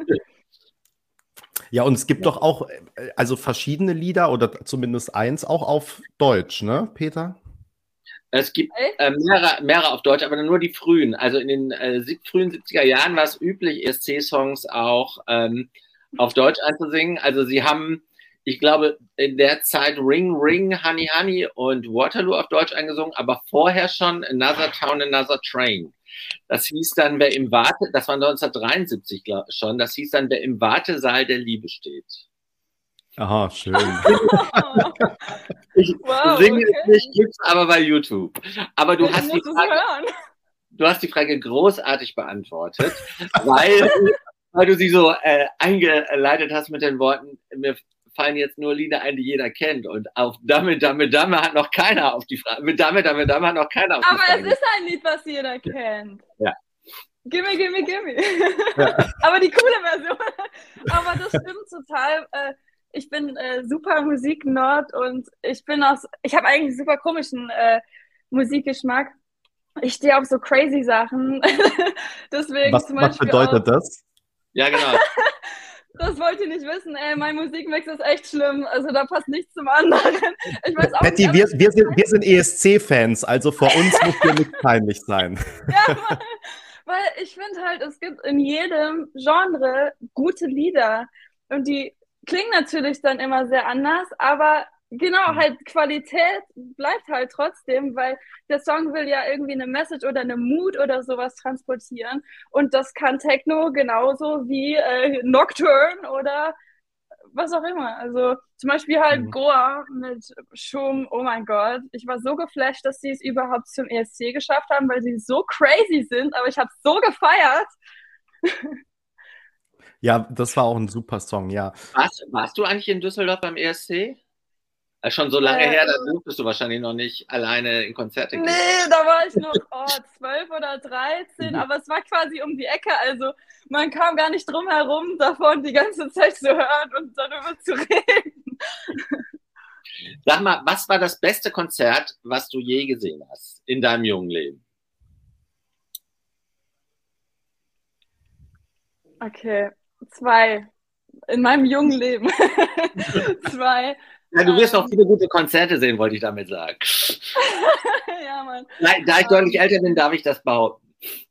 Ja, und es gibt doch auch also verschiedene Lieder oder zumindest eins auch auf Deutsch, ne, Peter? Es gibt äh, mehrere, mehrere auf Deutsch, aber nur die frühen. Also in den äh, frühen siebziger Jahren war es üblich, E S C-Songs auch ähm, auf Deutsch einzusingen. Also sie haben, ich glaube, in der Zeit Ring, Ring, Honey, Honey und Waterloo auf Deutsch eingesungen, aber vorher schon Another Town, Another Train. Das hieß dann, wer im Warte, das war neunzehnhundertdreiundsiebzig glaub, schon, das hieß dann, wer im Wartesaal der Liebe steht. Aha, schön. Ich wow, singe okay. es nicht, gibt's aber bei YouTube. Aber du ich hast, die Frage, du hast die Frage großartig beantwortet, weil, weil du sie so äh, eingeleitet hast mit den Worten, mir fallen jetzt nur Lieder ein, die jeder kennt. Und auf Dame, Dame, Dame hat noch keiner auf die Frage. Mit Dame, Dame, Dame hat noch keiner auf die aber Frage. Aber es ist ein Lied, was jeder kennt. Ja. Gimme, gimme, gimme. Ja. Aber die coole Version. Aber das stimmt total. Äh, Ich bin äh, super Musiknerd und ich bin aus, ich habe eigentlich super komischen äh, Musikgeschmack. Ich stehe auf so crazy Sachen. Deswegen was, zum was Beispiel bedeutet auch, das? Ja, genau. das wollt ihr nicht wissen. Ey, mein Musikmix ist echt schlimm. Also da passt nichts zum anderen. Ich weiß auch Patty, nicht, wir, wir, sind, wir sind E S C-Fans, also vor uns muss dir nicht peinlich sein. Ja, weil, weil ich finde halt, es gibt in jedem Genre gute Lieder. Und die klingen natürlich dann immer sehr anders, aber genau, halt Qualität bleibt halt trotzdem, weil der Song will ja irgendwie eine Message oder eine Mood oder sowas transportieren. Und das kann Techno genauso wie äh, Nocturne oder was auch immer. Also zum Beispiel halt Mhm. Goa mit Schum, oh mein Gott. Ich war so geflasht, dass sie es überhaupt zum E S C geschafft haben, weil sie so crazy sind, aber ich habe es so gefeiert. Ja, das war auch ein super Song, ja. Warst, warst du eigentlich in Düsseldorf beim E S C? Äh, Schon so lange Äh, her, da durftest du wahrscheinlich noch nicht alleine in Konzerte gehen. Nee, da war ich noch oh, zwölf oder dreizehn, aber es war quasi um die Ecke, also man kam gar nicht drum herum, davon die ganze Zeit zu hören und darüber zu reden. Sag mal, was war das beste Konzert, was du je gesehen hast in deinem jungen Leben? Okay, zwei. In meinem jungen Leben. Zwei. Ja, du wirst Ähm. noch viele gute Konzerte sehen, wollte ich damit sagen. Ja, Mann. Da, da ich Ähm. deutlich älter bin, darf ich das behaupten.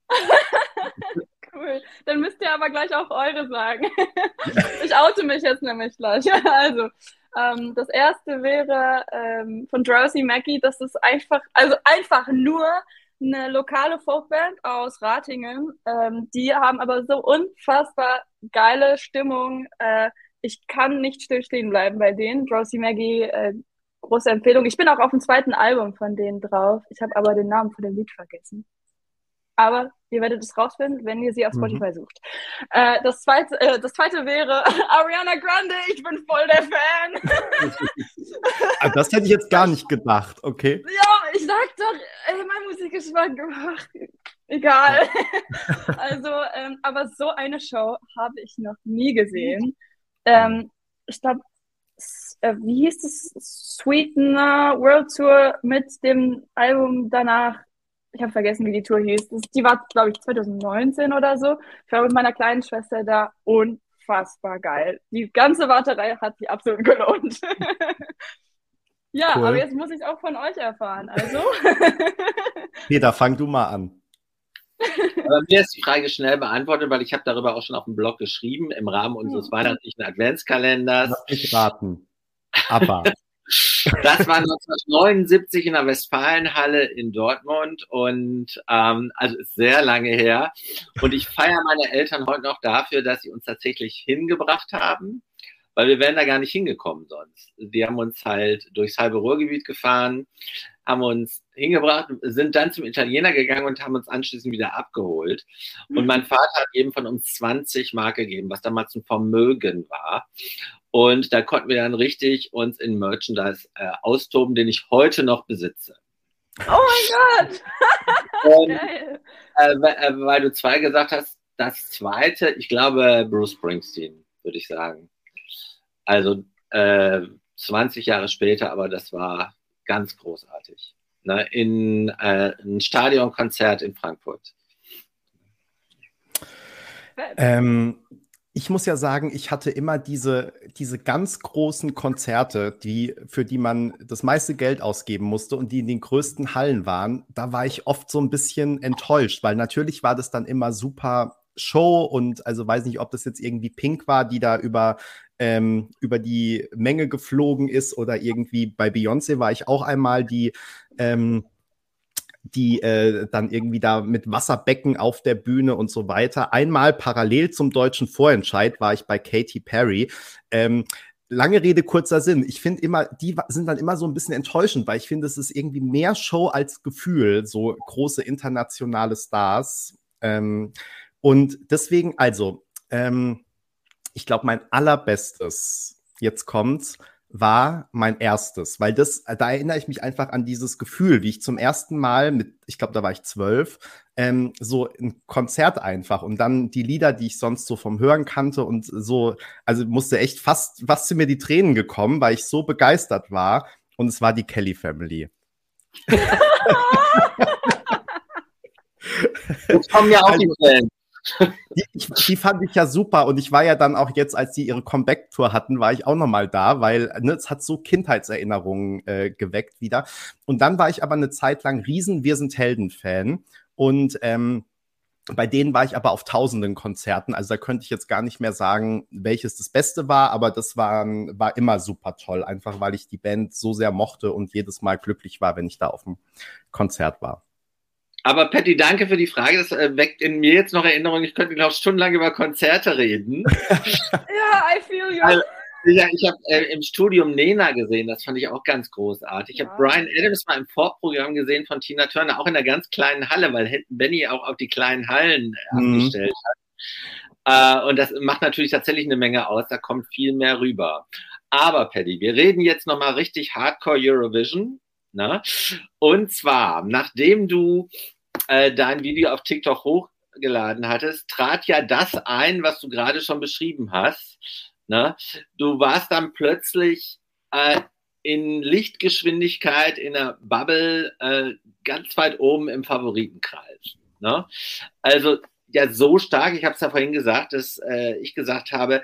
Cool. Dann müsst ihr aber gleich auch eure sagen. Ich oute mich jetzt nämlich gleich. Also, ähm, das erste wäre ähm, von Drowsy Maggie. Das ist einfach, also einfach nur eine lokale Folkband aus Ratingen. Ähm, die haben aber so unfassbar geile Stimmung. Äh, ich kann nicht still stehen bleiben bei denen. Drowsy Maggie, äh, große Empfehlung. Ich bin auch auf dem zweiten Album von denen drauf. Ich habe aber den Namen von dem Lied vergessen. Aber ihr werdet es rausfinden, wenn ihr sie auf Spotify mhm. sucht. Äh, das, zweite, äh, das zweite wäre Ariana Grande, ich bin voll der Fan. Ah, das hätte ich jetzt gar nicht gedacht, okay. Ja, ich sag doch, ey, mein Musikgeschmack, egal. Also, ähm, aber so eine Show habe ich noch nie gesehen. Ähm, ich glaube, äh, wie hieß es? Sweetener World Tour mit dem Album danach. Ich habe vergessen, wie die Tour hieß. Das, die war, glaube ich, zwanzig neunzehn oder so. Ich war mit meiner kleinen Schwester da. Unfassbar geil. Die ganze Warterei hat sich absolut gelohnt. Ja, cool. Aber jetzt muss ich es auch von euch erfahren. Also. Peter, fang du mal an. Aber mir ist die Frage schnell beantwortet, weil ich habe darüber auch schon auf dem Blog geschrieben, im Rahmen unseres hm. weihnachtlichen Adventskalenders. Lass mich raten. Aber. Das war neunzehnhundertneunundsiebzig in der Westfalenhalle in Dortmund und ähm, also ist sehr lange her. Und ich feiere meine Eltern heute noch dafür, dass sie uns tatsächlich hingebracht haben, weil wir wären da gar nicht hingekommen sonst. Die haben uns halt durchs halbe Ruhrgebiet gefahren, haben uns hingebracht, sind dann zum Italiener gegangen und haben uns anschließend wieder abgeholt. Und mein Vater hat eben von uns zwanzig Mark gegeben, was damals ein Vermögen war. Und da konnten wir dann richtig uns in Merchandise äh, austoben, den ich heute noch besitze. Oh mein Gott! Und, äh, weil, weil du zwei gesagt hast, das zweite, ich glaube Bruce Springsteen, würde ich sagen. Also äh, zwanzig Jahre später, aber das war ganz großartig. Ne? In äh, ein Stadionkonzert in Frankfurt. Ähm, ich muss ja sagen, ich hatte immer diese, diese ganz großen Konzerte, die, für die man das meiste Geld ausgeben musste und die in den größten Hallen waren. Da war ich oft so ein bisschen enttäuscht, weil natürlich war das dann immer super Show und also weiß nicht, ob das jetzt irgendwie Pink war, die da über, ähm, über die Menge geflogen ist oder irgendwie bei Beyoncé war ich auch einmal die ähm, die äh, dann irgendwie da mit Wasserbecken auf der Bühne und so weiter. Einmal parallel zum deutschen Vorentscheid war ich bei Katy Perry. Ähm, lange Rede, kurzer Sinn. Ich finde immer, die sind dann immer so ein bisschen enttäuschend, weil ich finde, es ist irgendwie mehr Show als Gefühl, so große internationale Stars. Ähm, und deswegen, also, ähm, ich glaube, mein allerbestes, jetzt kommt's, war mein erstes, weil das, da erinnere ich mich einfach an dieses Gefühl, wie ich zum ersten Mal mit, ich glaube, da war ich zwölf, ähm, so ein Konzert einfach und dann die Lieder, die ich sonst so vom Hören kannte und so, also musste echt fast, fast zu mir die Tränen gekommen, weil ich so begeistert war und es war die Kelly Family. Jetzt kommen ja auch die Tränen. Die, die fand ich ja super und ich war ja dann auch jetzt, als die ihre Comeback-Tour hatten, war ich auch nochmal da, weil ne, es hat so Kindheitserinnerungen äh, geweckt wieder. Und dann war ich aber eine Zeit lang riesen Wir sind Helden-Fan und ähm, bei denen war ich aber auf tausenden Konzerten, also da könnte ich jetzt gar nicht mehr sagen, welches das Beste war, aber das war, war immer super toll, einfach weil ich die Band so sehr mochte und jedes Mal glücklich war, wenn ich da auf dem Konzert war. Aber Patty, danke für die Frage. Das äh, weckt in mir jetzt noch Erinnerungen. Ich könnte noch stundenlang über Konzerte reden. Ja, I feel you. Also, ja, ich habe äh, im Studium Nena gesehen. Das fand ich auch ganz großartig. Ich ja. habe Bryan Adams mal im Vorprogramm gesehen von Tina Turner, auch in einer ganz kleinen Halle, weil Benny auch auf die kleinen Hallen mhm. abgestellt hat. Äh, und das macht natürlich tatsächlich eine Menge aus. Da kommt viel mehr rüber. Aber Patty, wir reden jetzt noch mal richtig Hardcore Eurovision. Na? Und zwar, nachdem du äh, dein Video auf TikTok hochgeladen hattest, trat ja das ein, was du gerade schon beschrieben hast. Ne? Du warst dann plötzlich äh, in Lichtgeschwindigkeit in der Bubble äh, ganz weit oben im Favoritenkreis. Ne? Also ja, so stark, ich habe es ja vorhin gesagt, dass äh, ich gesagt habe,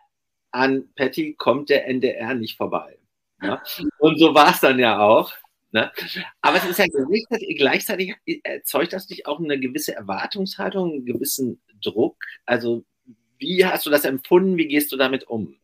an Patty kommt der N D R nicht vorbei. Ne? Und so war es dann ja auch. Ne? Aber es ist ja gleichzeitig, gleichzeitig erzeugt das nicht auch eine gewisse Erwartungshaltung, einen gewissen Druck? Also wie hast du das empfunden? Wie gehst du damit um?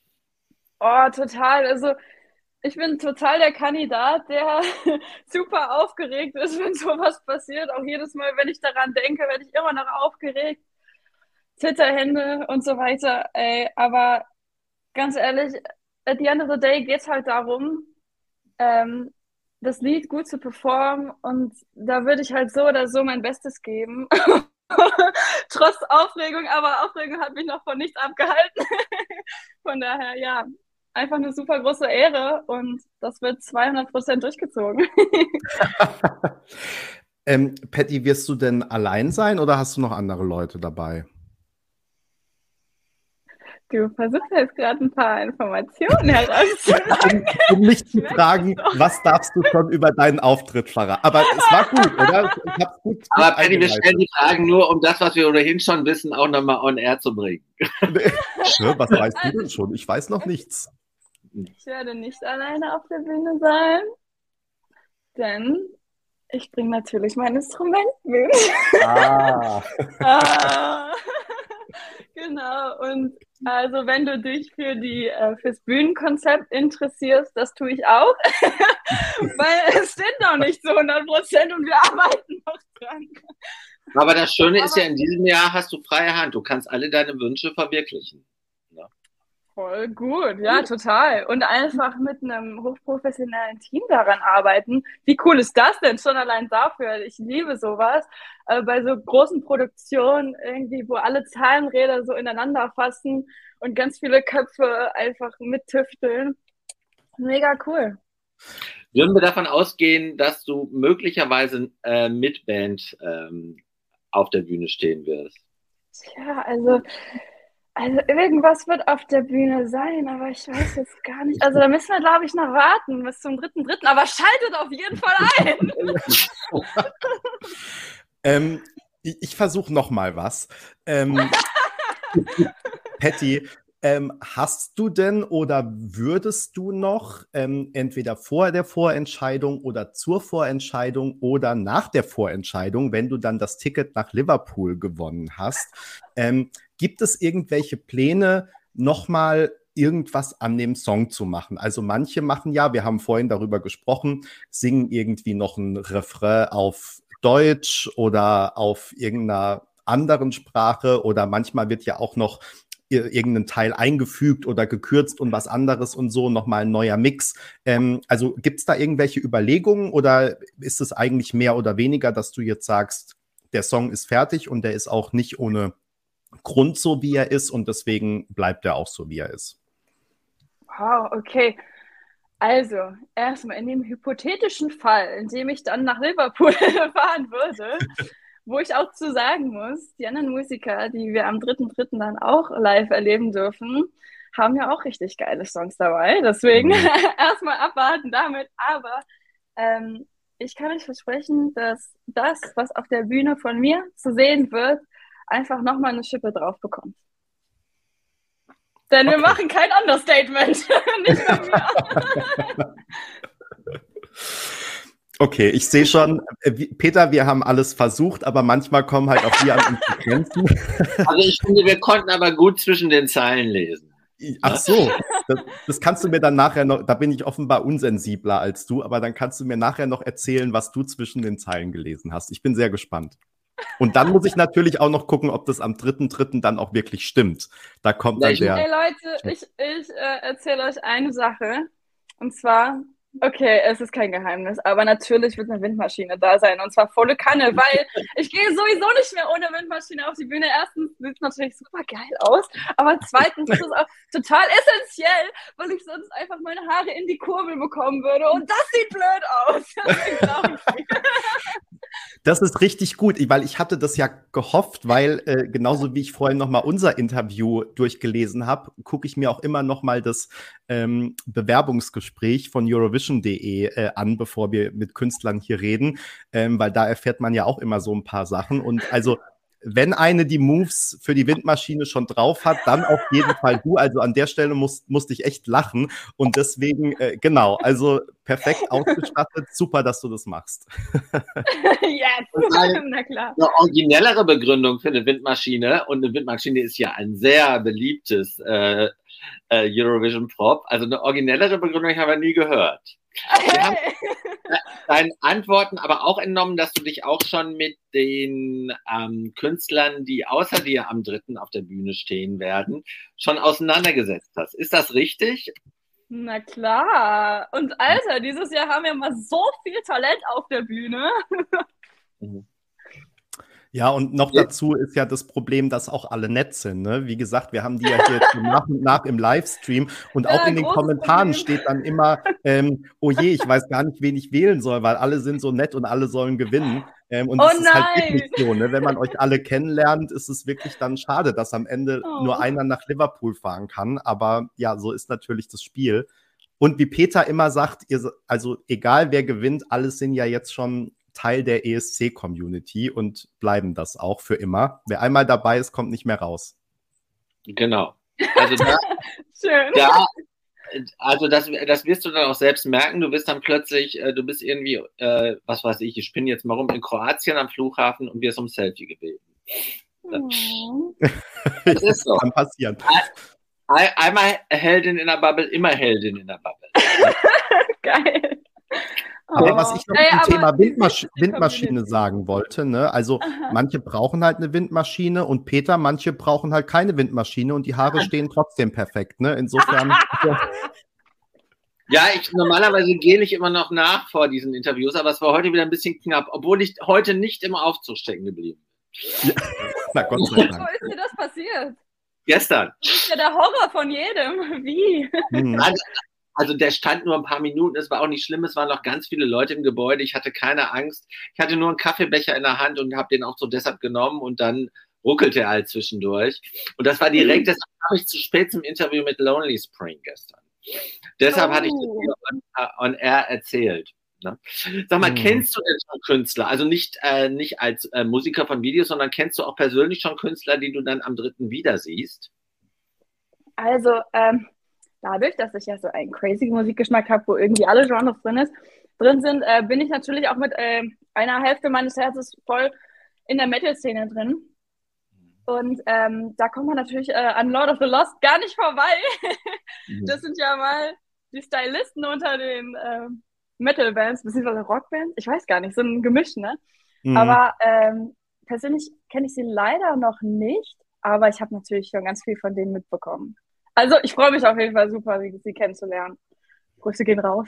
Oh, total. Also ich bin total der Kandidat, der super aufgeregt ist, wenn sowas passiert. Auch jedes Mal, wenn ich daran denke, werde ich immer noch aufgeregt. Zitterhände und so weiter. Ey, aber ganz ehrlich, at the end of the day geht es halt darum, ähm, das Lied gut zu performen und da würde ich halt so oder so mein Bestes geben. Trotz Aufregung, aber Aufregung hat mich noch von nichts abgehalten. Von daher, ja, einfach eine super große Ehre und das wird zweihundert Prozent durchgezogen. ähm, Patty, wirst du denn allein sein oder hast du noch andere Leute dabei? Du versuchst jetzt gerade ein paar Informationen herauszufinden. Um, um mich zu fragen, was darfst du schon über deinen Auftritt verraten? Aber es war gut, oder? Ich hab's gut, gut Aber Patty, wir stellen die Fragen nur, um das, was wir ohnehin schon wissen, auch nochmal on air zu bringen. Was weißt du denn schon? Ich weiß noch nichts. Ich werde nicht alleine auf der Bühne sein, denn ich bringe natürlich mein Instrument mit. Ah. ah. Genau, und also wenn du dich für die äh, fürs Bühnenkonzept interessierst, das tue ich auch, weil es sind noch nicht so hundert Prozent und wir arbeiten noch dran. Aber das Schöne Aber ist ja, in diesem Jahr hast du freie Hand, du kannst alle deine Wünsche verwirklichen. Ja. Voll gut, ja, total. Und einfach mit einem hochprofessionellen Team daran arbeiten. Wie cool ist das denn? Schon allein dafür. Ich liebe sowas. Äh, bei so großen Produktionen irgendwie, wo alle Zahnräder so ineinander fassen und ganz viele Köpfe einfach mittüfteln. Mega cool. Würden wir davon ausgehen, dass du möglicherweise äh, mit Band ähm, auf der Bühne stehen wirst? Tja, also Also irgendwas wird auf der Bühne sein, aber ich weiß jetzt gar nicht. Also da müssen wir, glaube ich, noch warten bis zum dritten dritten. Aber schaltet auf jeden Fall ein. ähm, ich ich versuche noch mal was. Ähm, Patty, ähm, hast du denn oder würdest du noch ähm, entweder vor der Vorentscheidung oder zur Vorentscheidung oder nach der Vorentscheidung, wenn du dann das Ticket nach Liverpool gewonnen hast, ähm, gibt es irgendwelche Pläne, nochmal irgendwas an dem Song zu machen? Also manche machen ja, wir haben vorhin darüber gesprochen, singen irgendwie noch ein Refrain auf Deutsch oder auf irgendeiner anderen Sprache oder manchmal wird ja auch noch irgendein Teil eingefügt oder gekürzt und was anderes und so, nochmal ein neuer Mix. Ähm, also gibt es da irgendwelche Überlegungen oder ist es eigentlich mehr oder weniger, dass du jetzt sagst, der Song ist fertig und der ist auch nicht ohne Grund so, wie er ist und deswegen bleibt er auch so, wie er ist? Wow, okay. Also, erstmal in dem hypothetischen Fall, in dem ich dann nach Liverpool fahren würde, wo ich auch zu sagen muss, die anderen Musiker, die wir am dritten dritten dann auch live erleben dürfen, haben ja auch richtig geile Songs dabei. Deswegen mhm. erstmal abwarten damit. Aber ähm, ich kann euch versprechen, dass das, was auf der Bühne von mir zu sehen wird, einfach nochmal eine Schippe drauf bekommst. Denn Okay. wir machen kein Understatement. Nicht bei mir. Okay, ich sehe schon, äh, wie- Peter, wir haben alles versucht, aber manchmal kommen halt auch wir an unsere Grenzen. Also ich finde, wir konnten aber gut zwischen den Zeilen lesen. Ach so, das, das kannst du mir dann nachher noch, da bin ich offenbar unsensibler als du, aber dann kannst du mir nachher noch erzählen, was du zwischen den Zeilen gelesen hast. Ich bin sehr gespannt. Und dann muss ich natürlich auch noch gucken, ob das am dritten dritten dann auch wirklich stimmt. Da kommt dann Ich- der... Hey Leute, ich, ich äh, erzähle euch eine Sache. Und zwar, okay, es ist kein Geheimnis, aber natürlich wird eine Windmaschine da sein. Und zwar volle Kanne, weil ich gehe sowieso nicht mehr ohne Windmaschine auf die Bühne. Erstens sieht es natürlich super geil aus, aber zweitens ist es auch total essentiell, weil ich sonst einfach meine Haare in die Kurbel bekommen würde. Und das sieht blöd aus. Deswegen brauche ich sie. Das ist richtig gut, weil ich hatte das ja gehofft, weil äh, genauso wie ich vorhin noch mal unser Interview durchgelesen habe, gucke ich mir auch immer noch mal das ähm, Bewerbungsgespräch von Eurovision punkt de äh, an, bevor wir mit Künstlern hier reden, ähm, weil da erfährt man ja auch immer so ein paar Sachen. Und also wenn eine die Moves für die Windmaschine schon drauf hat, dann auf jeden Fall du. Also an der Stelle muss, musste ich echt lachen. Und deswegen, äh, genau, also perfekt ausgestattet. Super, dass du das machst. Yes, Nein. na klar. Eine originellere Begründung für eine Windmaschine, und eine Windmaschine ist ja ein sehr beliebtes äh, äh, Eurovision-Prop, also eine originellere Begründung habe ich nie gehört. Wir haben deinen Antworten aber auch entnommen, dass du dich auch schon mit den ähm, Künstlern, die außer dir am dritten auf der Bühne stehen werden, schon auseinandergesetzt hast. Ist das richtig? Na klar. Und Alter, dieses Jahr haben wir mal so viel Talent auf der Bühne. Mhm. Ja, und noch Ja. dazu ist ja das Problem, dass auch alle nett sind. Ne? Wie gesagt, wir haben die ja hier jetzt so nach und nach im Livestream und Ja, auch in den großes Kommentaren Problem. steht dann immer, ähm, oh je, ich weiß gar nicht, wen ich wählen soll, weil alle sind so nett und alle sollen gewinnen. Ähm, und Oh das ist halt nein. wirklich so, ne? Wenn man euch alle kennenlernt, ist es wirklich dann schade, dass am Ende Oh. nur einer nach Liverpool fahren kann. Aber ja, so ist natürlich das Spiel. Und wie Peter immer sagt, ihr, also egal wer gewinnt, alle sind ja jetzt schon Teil der E S C-Community und bleiben das auch für immer. Wer einmal dabei ist, kommt nicht mehr raus. Genau. Also da, Schön. da also das, das wirst du dann auch selbst merken. Du wirst dann plötzlich, äh, du bist irgendwie, äh, was weiß ich, ich spinne jetzt mal rum, in Kroatien am Flughafen und wirst um Selfie gebeten. Oh. Das ist so. Kann passieren. Ein, einmal Heldin in der Bubble, immer Heldin in der Bubble. Geil. Aber Oh. was ich noch Ey, zum aber Thema die Windmasch wichtigste Windmaschine Community. sagen wollte, ne? Also Aha. manche brauchen halt eine Windmaschine und Peter, manche brauchen halt keine Windmaschine und die Haare stehen trotzdem perfekt, ne? Insofern. Ja, ich normalerweise gehe ich immer noch nach vor diesen Interviews, aber es war heute wieder ein bisschen knapp, obwohl ich heute nicht im Aufzug stecken geblieben bin. Na Gott sei Wo Dank. ist dir das passiert? Gestern. Das ist ja der Horror von jedem. Wie? Hm. Also, also der stand nur ein paar Minuten, es war auch nicht schlimm, es waren noch ganz viele Leute im Gebäude, ich hatte keine Angst, ich hatte nur einen Kaffeebecher in der Hand und habe den auch so deshalb genommen und dann ruckelte er halt zwischendurch. Und das war direkt, deshalb habe ich zu spät zum Interview mit Lonely Spring gestern. Deshalb Oh. hatte ich das hier on, on air erzählt. Ne? Sag mal, Mhm. kennst du denn schon Künstler? Also nicht, äh, nicht als äh, Musiker von Videos, sondern kennst du auch persönlich schon Künstler, die du dann am dritten wieder siehst? Also, ähm, dadurch, dass ich ja so einen crazy Musikgeschmack habe, wo irgendwie alle Genres drin, ist, drin sind, äh, bin ich natürlich auch mit äh, einer Hälfte meines Herzens voll in der Metal-Szene drin. Und ähm, da kommt man natürlich äh, an Lord of the Lost gar nicht vorbei. Das sind ja mal die Stylisten unter den äh, Metal-Bands, beziehungsweise Rockbands. Ich weiß gar nicht, so ein Gemisch, ne? Mhm. Aber ähm, persönlich kenne ich sie leider noch nicht, aber ich habe natürlich schon ganz viel von denen mitbekommen. Also ich freue mich auf jeden Fall super, sie, sie kennenzulernen. Grüße gehen raus.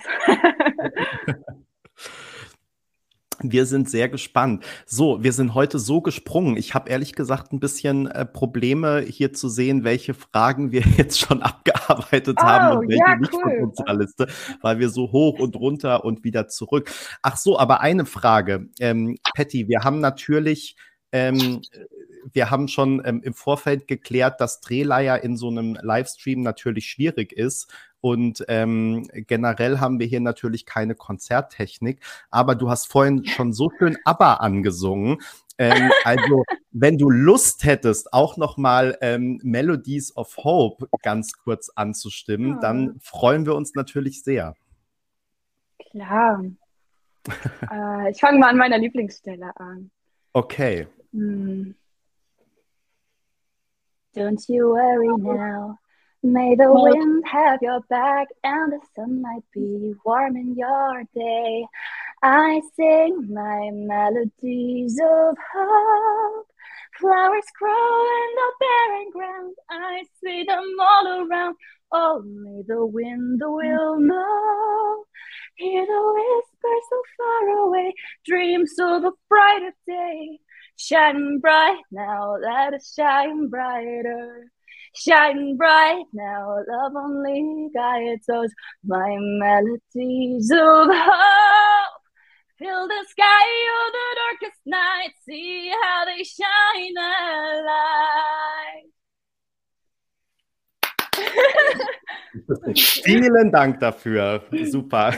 Wir sind sehr gespannt. So, wir sind heute so gesprungen. Ich habe ehrlich gesagt ein bisschen äh, Probleme, hier zu sehen, welche Fragen wir jetzt schon abgearbeitet Oh, haben und welche ja, nicht cool. von unserer Liste, weil wir so hoch und runter und wieder zurück. Ach so, aber eine Frage, ähm, Patty, wir haben natürlich ähm, wir haben schon ähm, im Vorfeld geklärt, dass Drehleier in so einem Livestream natürlich schwierig ist. Und ähm, generell haben wir hier natürlich keine Konzerttechnik. Aber du hast vorhin schon so schön ABBA angesungen. Ähm, also, wenn du Lust hättest, auch nochmal ähm, Melodies of Hope ganz kurz anzustimmen, Ah. dann freuen wir uns natürlich sehr. Klar. äh, ich fange mal an meiner Lieblingsstelle an. Okay. Hm. Don't you worry now. May the wind have your back and the sun might be warm in your day. I sing my melodies of hope. Flowers grow in the barren ground. I see them all around. Only the wind will know. Hear the whispers so far away. Dreams of a brighter day. Shine bright now, let us shine brighter. Shine bright now, love only guides us. My melodies of hope fill the sky of the darkest night. See how they shine alive. Vielen Dank dafür. Super.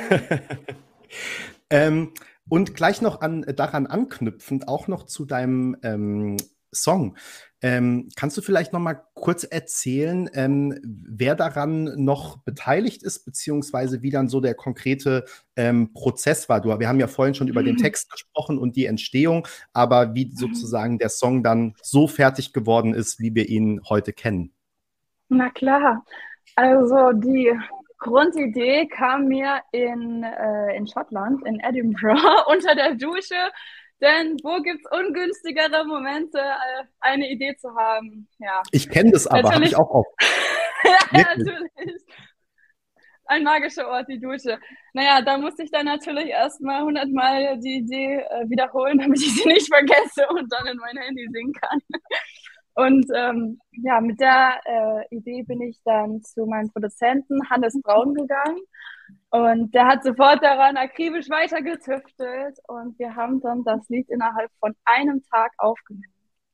ähm, und gleich noch an, daran anknüpfend, auch noch zu deinem ähm, Song. Ähm, kannst du vielleicht noch mal kurz erzählen, ähm, wer daran noch beteiligt ist, beziehungsweise wie dann so der konkrete ähm, Prozess war? Du, wir haben ja vorhin schon über den Text gesprochen und die Entstehung, aber wie sozusagen der Song dann so fertig geworden ist, wie wir ihn heute kennen. Na klar. Also die Grundidee kam mir in, äh, in Schottland, in Edinburgh, unter der Dusche. Denn wo gibt es ungünstigere Momente, äh, eine Idee zu haben? Ja. Ich kenne das aber, habe ich auch oft. Ja, natürlich. Ein magischer Ort, die Dusche. Naja, da musste ich dann natürlich erstmal hundertmal die Idee äh, wiederholen, damit ich sie nicht vergesse und dann in mein Handy singen kann. Und ähm, ja, mit der äh, Idee bin ich dann zu meinem Produzenten Hannes Braun gegangen. Und der hat sofort daran akribisch weitergetüftelt. Und wir haben dann das Lied innerhalb von einem Tag aufgenommen.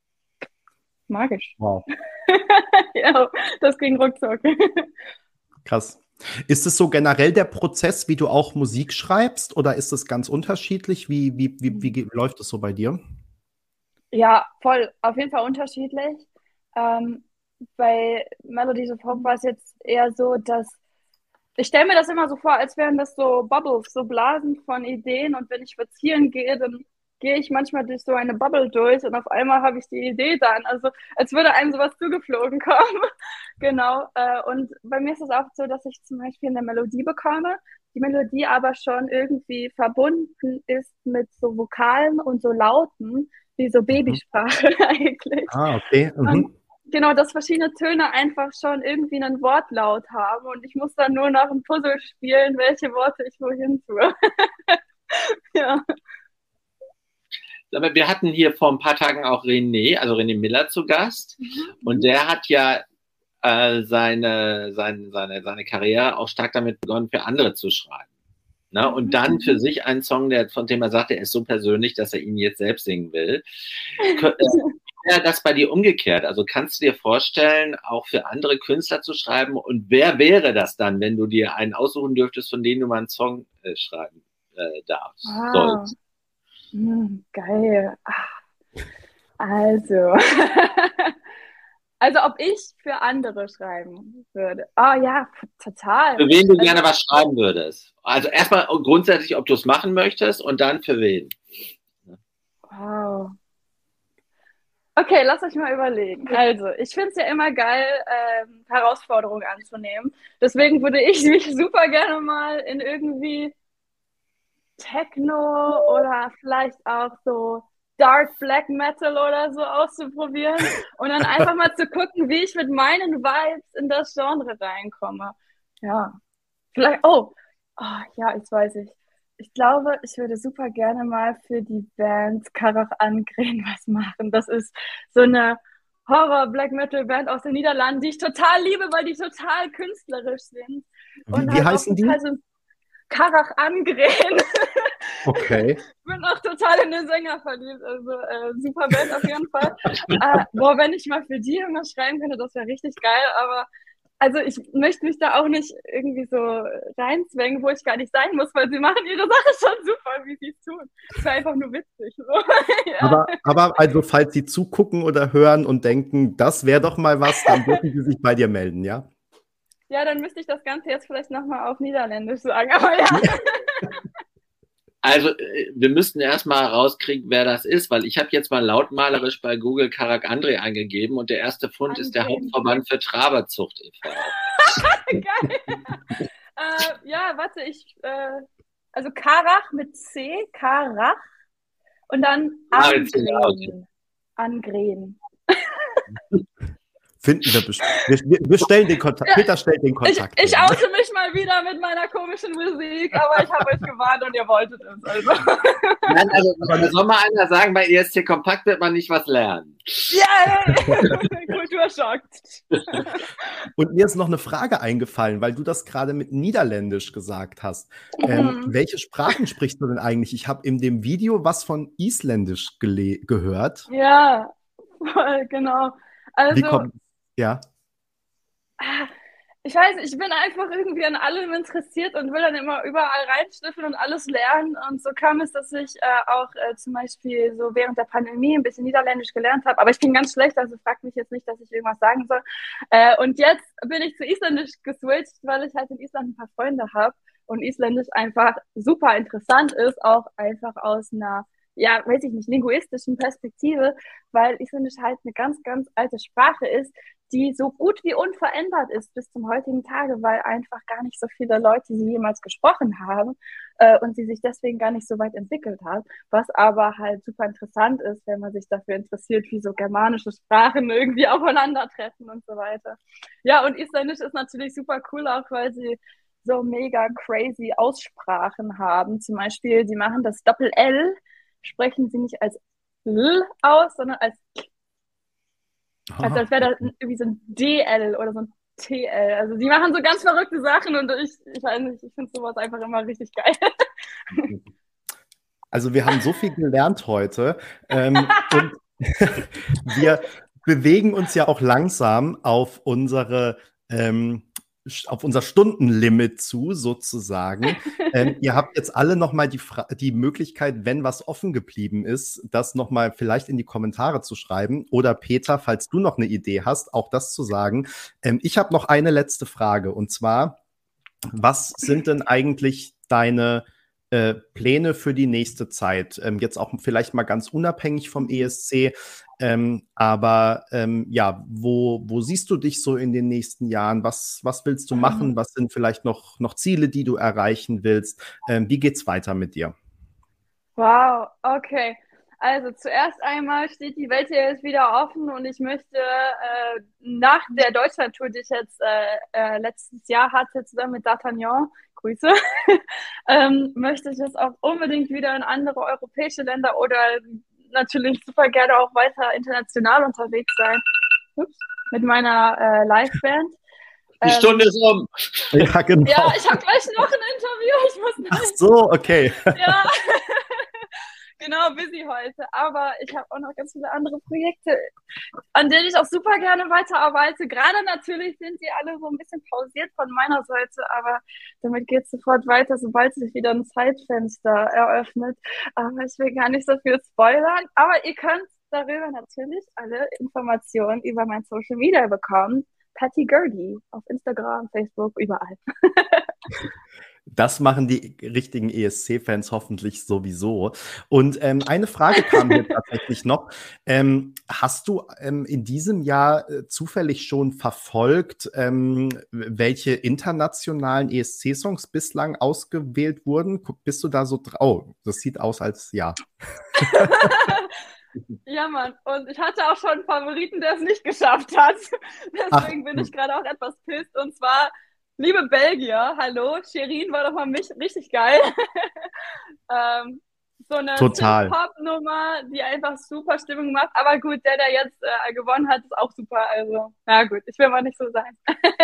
Magisch. Wow. Ja, das ging ruckzuck. Krass. Ist es so generell der Prozess, wie du auch Musik schreibst? Oder ist es ganz unterschiedlich? Wie, wie, wie, wie läuft es so bei dir? Ja, voll, auf jeden Fall unterschiedlich. Ähm, bei Melodies of Hope war es jetzt eher so, dass ich stelle mir das immer so vor, als wären das so Bubbles, so Blasen von Ideen. Und wenn ich spazieren gehe, dann gehe ich manchmal durch so eine Bubble durch und auf einmal habe ich die Idee dann. Also als würde einem sowas zugeflogen kommen. Genau. Äh, und bei mir ist es auch so, dass ich zum Beispiel eine Melodie bekomme, die Melodie aber schon irgendwie verbunden ist mit so Vokalen und so Lauten, wie so Babysprache mhm. eigentlich. Ah, okay. Mhm. Und genau, dass verschiedene Töne einfach schon irgendwie einen Wortlaut haben und ich muss dann nur noch ein Puzzle spielen, welche Worte ich wohin tue. Ja. Aber wir hatten hier vor ein paar Tagen auch René, also René Miller zu Gast. Mhm. Und der hat ja äh, seine, seine, seine, seine Karriere auch stark damit begonnen, für andere zu schreiben. Ne? Und mhm. dann für sich einen Song, der von dem er sagt, er ist so persönlich, dass er ihn jetzt selbst singen will. Wäre das bei dir umgekehrt? Also kannst du dir vorstellen, auch für andere Künstler zu schreiben? Und wer wäre das dann, wenn du dir einen aussuchen dürftest, von dem du mal einen Song äh, schreiben äh, darfst? Wow. Sollst? Hm, geil. Ach, also, also ob ich für andere schreiben würde. Oh ja, total. Für wen du also, gerne was schreiben würdest. Also erstmal grundsätzlich, ob du es machen möchtest und dann für wen. Wow. Okay, lass euch mal überlegen. Also, ich finde es ja immer geil, ähm, Herausforderungen anzunehmen. Deswegen würde ich mich super gerne mal in irgendwie Techno oder vielleicht auch so Dark Black Metal oder so auszuprobieren und dann einfach mal zu gucken, wie ich mit meinen Vibes in das Genre reinkomme. Ja, vielleicht, oh, oh ja, jetzt weiß ich. Ich glaube, ich würde super gerne mal für die Band Karach Angren was machen. Das ist so eine Horror-Black-Metal-Band aus den Niederlanden, die ich total liebe, weil die total künstlerisch sind. Und wie, wie halt heißen die? So Karach Angren. Okay. Ich bin auch total in den Sänger verliebt. Also äh, super Band auf jeden Fall. äh, boah, wenn ich mal für die irgendwas schreiben könnte, das wäre richtig geil. Aber also ich möchte mich da auch nicht irgendwie so reinzwängen, wo ich gar nicht sein muss, weil sie machen ihre Sache schon super, wie sie es tun. Es wäre einfach nur witzig. So. Ja. Aber, aber also, falls Sie zugucken oder hören und denken, das wäre doch mal was, dann dürfen Sie sich bei dir melden, ja? Ja, dann müsste ich das Ganze jetzt vielleicht nochmal auf Niederländisch sagen, aber ja. Also, wir müssten erstmal rauskriegen, wer das ist, weil ich habe jetzt mal lautmalerisch bei Google Karak André eingegeben und der erste Fund André. ist der Hauptverband für Traberzucht e V Geil. äh, ja, warte, ich, äh, also Karach mit C, Karach und dann Angren. Angren. Finden wir bestimmt. Wir, wir stellen den Kontakt. Ja, Peter stellt den Kontakt. Ich, ich oute mich mal wieder mit meiner komischen Musik, aber ich habe euch gewarnt und ihr wolltet es. Also. Nein, also da soll mal einer sagen, bei E S C Kompakt wird man nicht was lernen. Ja, yeah. Kulturschock. Und mir ist noch eine Frage eingefallen, weil du das gerade mit Niederländisch gesagt hast. Mhm. Ähm, welche Sprachen sprichst du denn eigentlich? Ich habe in dem Video was von Isländisch gehört. Ja, genau. Also, Wie kommt Ja. Ich weiß nicht, ich bin einfach irgendwie an allem interessiert und will dann immer überall reinschnüffeln und alles lernen. Und so kam es, dass ich äh, auch äh, zum Beispiel so während der Pandemie ein bisschen Niederländisch gelernt habe. Aber ich bin ganz schlecht, also fragt mich jetzt nicht, dass ich irgendwas sagen soll. Äh, und jetzt bin ich zu Isländisch geswitcht, weil ich halt in Island ein paar Freunde habe und Isländisch einfach super interessant ist, auch einfach aus einer, ja, weiß ich nicht, linguistischen Perspektive, weil Isländisch halt eine ganz, ganz alte Sprache ist, die so gut wie unverändert ist bis zum heutigen Tage, weil einfach gar nicht so viele Leute sie jemals gesprochen haben äh, und sie sich deswegen gar nicht so weit entwickelt hat, was aber halt super interessant ist, wenn man sich dafür interessiert, wie so germanische Sprachen irgendwie aufeinandertreffen und so weiter. Ja, und Isländisch ist natürlich super cool, auch weil sie so mega crazy Aussprachen haben. Zum Beispiel, sie machen das Doppel-L, sprechen sie nicht als L aus, sondern als K. Also als wäre das irgendwie so ein D L oder so ein T L. Also die machen so ganz verrückte Sachen und ich, ich weiß nicht, ich finde sowas einfach immer richtig geil. Also wir haben so viel gelernt heute ähm, und wir bewegen uns ja auch langsam auf unsere ähm, auf unser Stundenlimit zu, sozusagen. ähm, ihr habt jetzt alle nochmal die, die Möglichkeit, wenn was offen geblieben ist, das nochmal vielleicht in die Kommentare zu schreiben. Oder Peter, falls du noch eine Idee hast, auch das zu sagen. Ähm, ich habe noch eine letzte Frage. Und zwar, was sind denn eigentlich deine äh, Pläne für die nächste Zeit? Ähm, jetzt auch vielleicht mal ganz unabhängig vom E S C. Ähm, aber ähm, ja, wo, wo siehst du dich so in den nächsten Jahren? Was, was willst du machen? Was sind vielleicht noch, noch Ziele, die du erreichen willst? Ähm, wie geht's weiter mit dir? Wow, okay. Also zuerst einmal steht die Welt hier jetzt wieder offen und ich möchte äh, nach der Deutschlandtour, die ich jetzt äh, äh, letztes Jahr hatte, zusammen mit D'Artagnan, Grüße, ähm, möchte ich jetzt auch unbedingt wieder in andere europäische Länder oder natürlich super gerne auch weiter international unterwegs sein. Ups, mit meiner äh, Liveband. Die ähm, Stunde ist um. Ja, genau. Ja, ich habe gleich noch ein Interview. Ich muss Ach so, okay. Ja, genau, busy heute. Aber ich habe auch noch ganz viele andere Projekte, an denen ich auch super gerne weiterarbeite. Gerade natürlich sind die alle so ein bisschen pausiert von meiner Seite, aber damit geht es sofort weiter, sobald sich wieder ein Zeitfenster eröffnet. Aber ich will gar nicht so viel spoilern. Aber ihr könnt darüber natürlich alle Informationen über mein Social Media bekommen. Patty Gergi auf Instagram, Facebook, überall. Das machen die richtigen E S C-Fans hoffentlich sowieso. Und ähm, eine Frage kam mir tatsächlich noch. Ähm, hast du ähm, in diesem Jahr äh, zufällig schon verfolgt, ähm, welche internationalen E S C-Songs bislang ausgewählt wurden? Guck, bist du da so drauf? Oh, das sieht aus als ja. Ja, Mann. Und ich hatte auch schon einen Favoriten, der es nicht geschafft hat. Deswegen Ach. bin ich gerade auch etwas pisst. Und zwar, liebe Belgier, hallo, Shirin war doch mal mich richtig geil. ähm, so eine Pop-Nummer, die einfach super Stimmung macht. Aber gut, der, der jetzt äh, gewonnen hat, ist auch super. Also, na gut, ich will mal nicht so sein.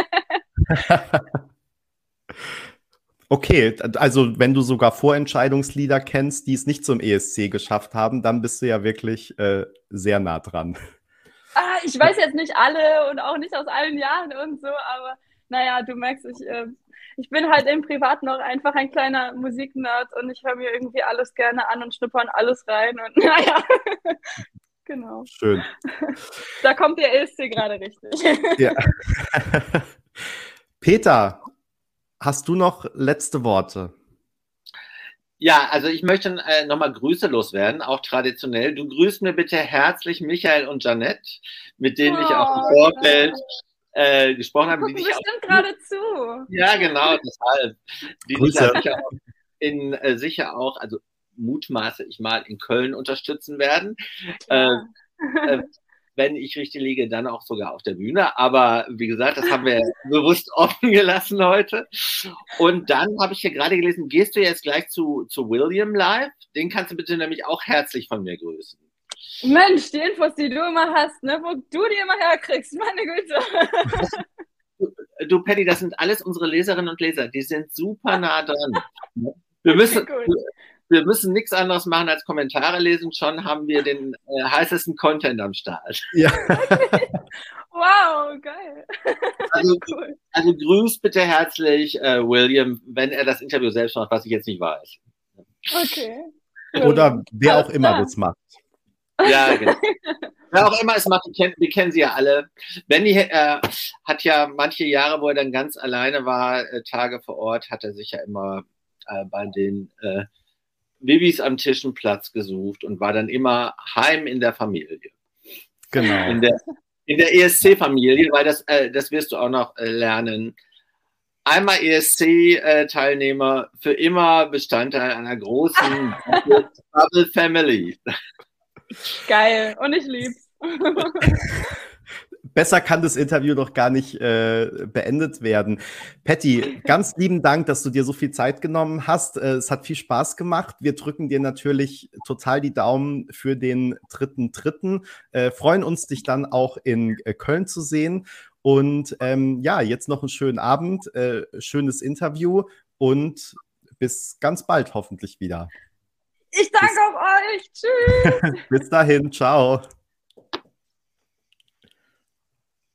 Okay, also wenn du sogar Vorentscheidungslieder kennst, die es nicht zum E S C geschafft haben, dann bist du ja wirklich äh, sehr nah dran. Ah, ich weiß jetzt nicht alle und auch nicht aus allen Jahren und so, aber naja, du merkst, ich, äh, ich bin halt im Privaten auch einfach ein kleiner Musiknerd und ich höre mir irgendwie alles gerne an und schnuppere in alles rein und naja, genau. Schön. Da kommt der E S C gerade richtig. Ja. Peter, hast du noch letzte Worte? Ja, also ich möchte äh, nochmal Grüße loswerden, auch traditionell. Du grüßt mir bitte herzlich Michael und Janette, mit denen ich auch im Oh, Vorfeld äh, gesprochen habe. gucken Die dich bestimmt auch, gerade zu. ja, genau, deshalb. Die dich Grüße. ja sicher auch, in, äh, sicher auch, also mutmaße ich mal, in Köln unterstützen werden. Äh, äh, wenn ich richtig liege, dann auch sogar auf der Bühne. Aber wie gesagt, das haben wir bewusst offen gelassen heute. Und dann habe ich hier gerade gelesen, gehst du jetzt gleich zu, zu William live? Den kannst du bitte nämlich auch herzlich von mir grüßen. Mensch, die Infos, die du immer hast, ne, wo du die immer herkriegst, meine Güte. Du, du, Patty, das sind alles unsere Leserinnen und Leser. Die sind super nah dran. Wir müssen... Okay, Wir müssen nichts anderes machen als Kommentare lesen. Schon haben wir den äh, heißesten Content am Start. Ja. wow, geil. Also, cool. also grüß bitte herzlich äh, William, wenn er das Interview selbst macht, was ich jetzt nicht weiß. Okay. Oder wer Alles auch immer klar. das macht. Ja, genau. Wer auch immer es macht, wir kennen, wir kennen sie ja alle. Benny äh, hat ja manche Jahre, wo er dann ganz alleine war, äh, Tage vor Ort, hat er sich ja immer äh, bei den äh, Bibis am Tischen Platz gesucht und war dann immer heim in der Familie. Genau. In der, in der E S C-Familie, weil das, äh, das wirst du auch noch äh, lernen. Einmal E S C-Teilnehmer, für immer Bestandteil einer großen Bubble Family. Geil. Und ich lieb's. Besser kann das Interview doch gar nicht äh, beendet werden. Patty, ganz lieben Dank, dass du dir so viel Zeit genommen hast. Äh, es hat viel Spaß gemacht. Wir drücken dir natürlich total die Daumen für den dritten Dritten. Äh, freuen uns, dich dann auch in äh, Köln zu sehen. Und ähm, ja, jetzt noch einen schönen Abend, äh, schönes Interview und bis ganz bald hoffentlich wieder. Ich danke auch euch. Tschüss. Bis dahin, ciao.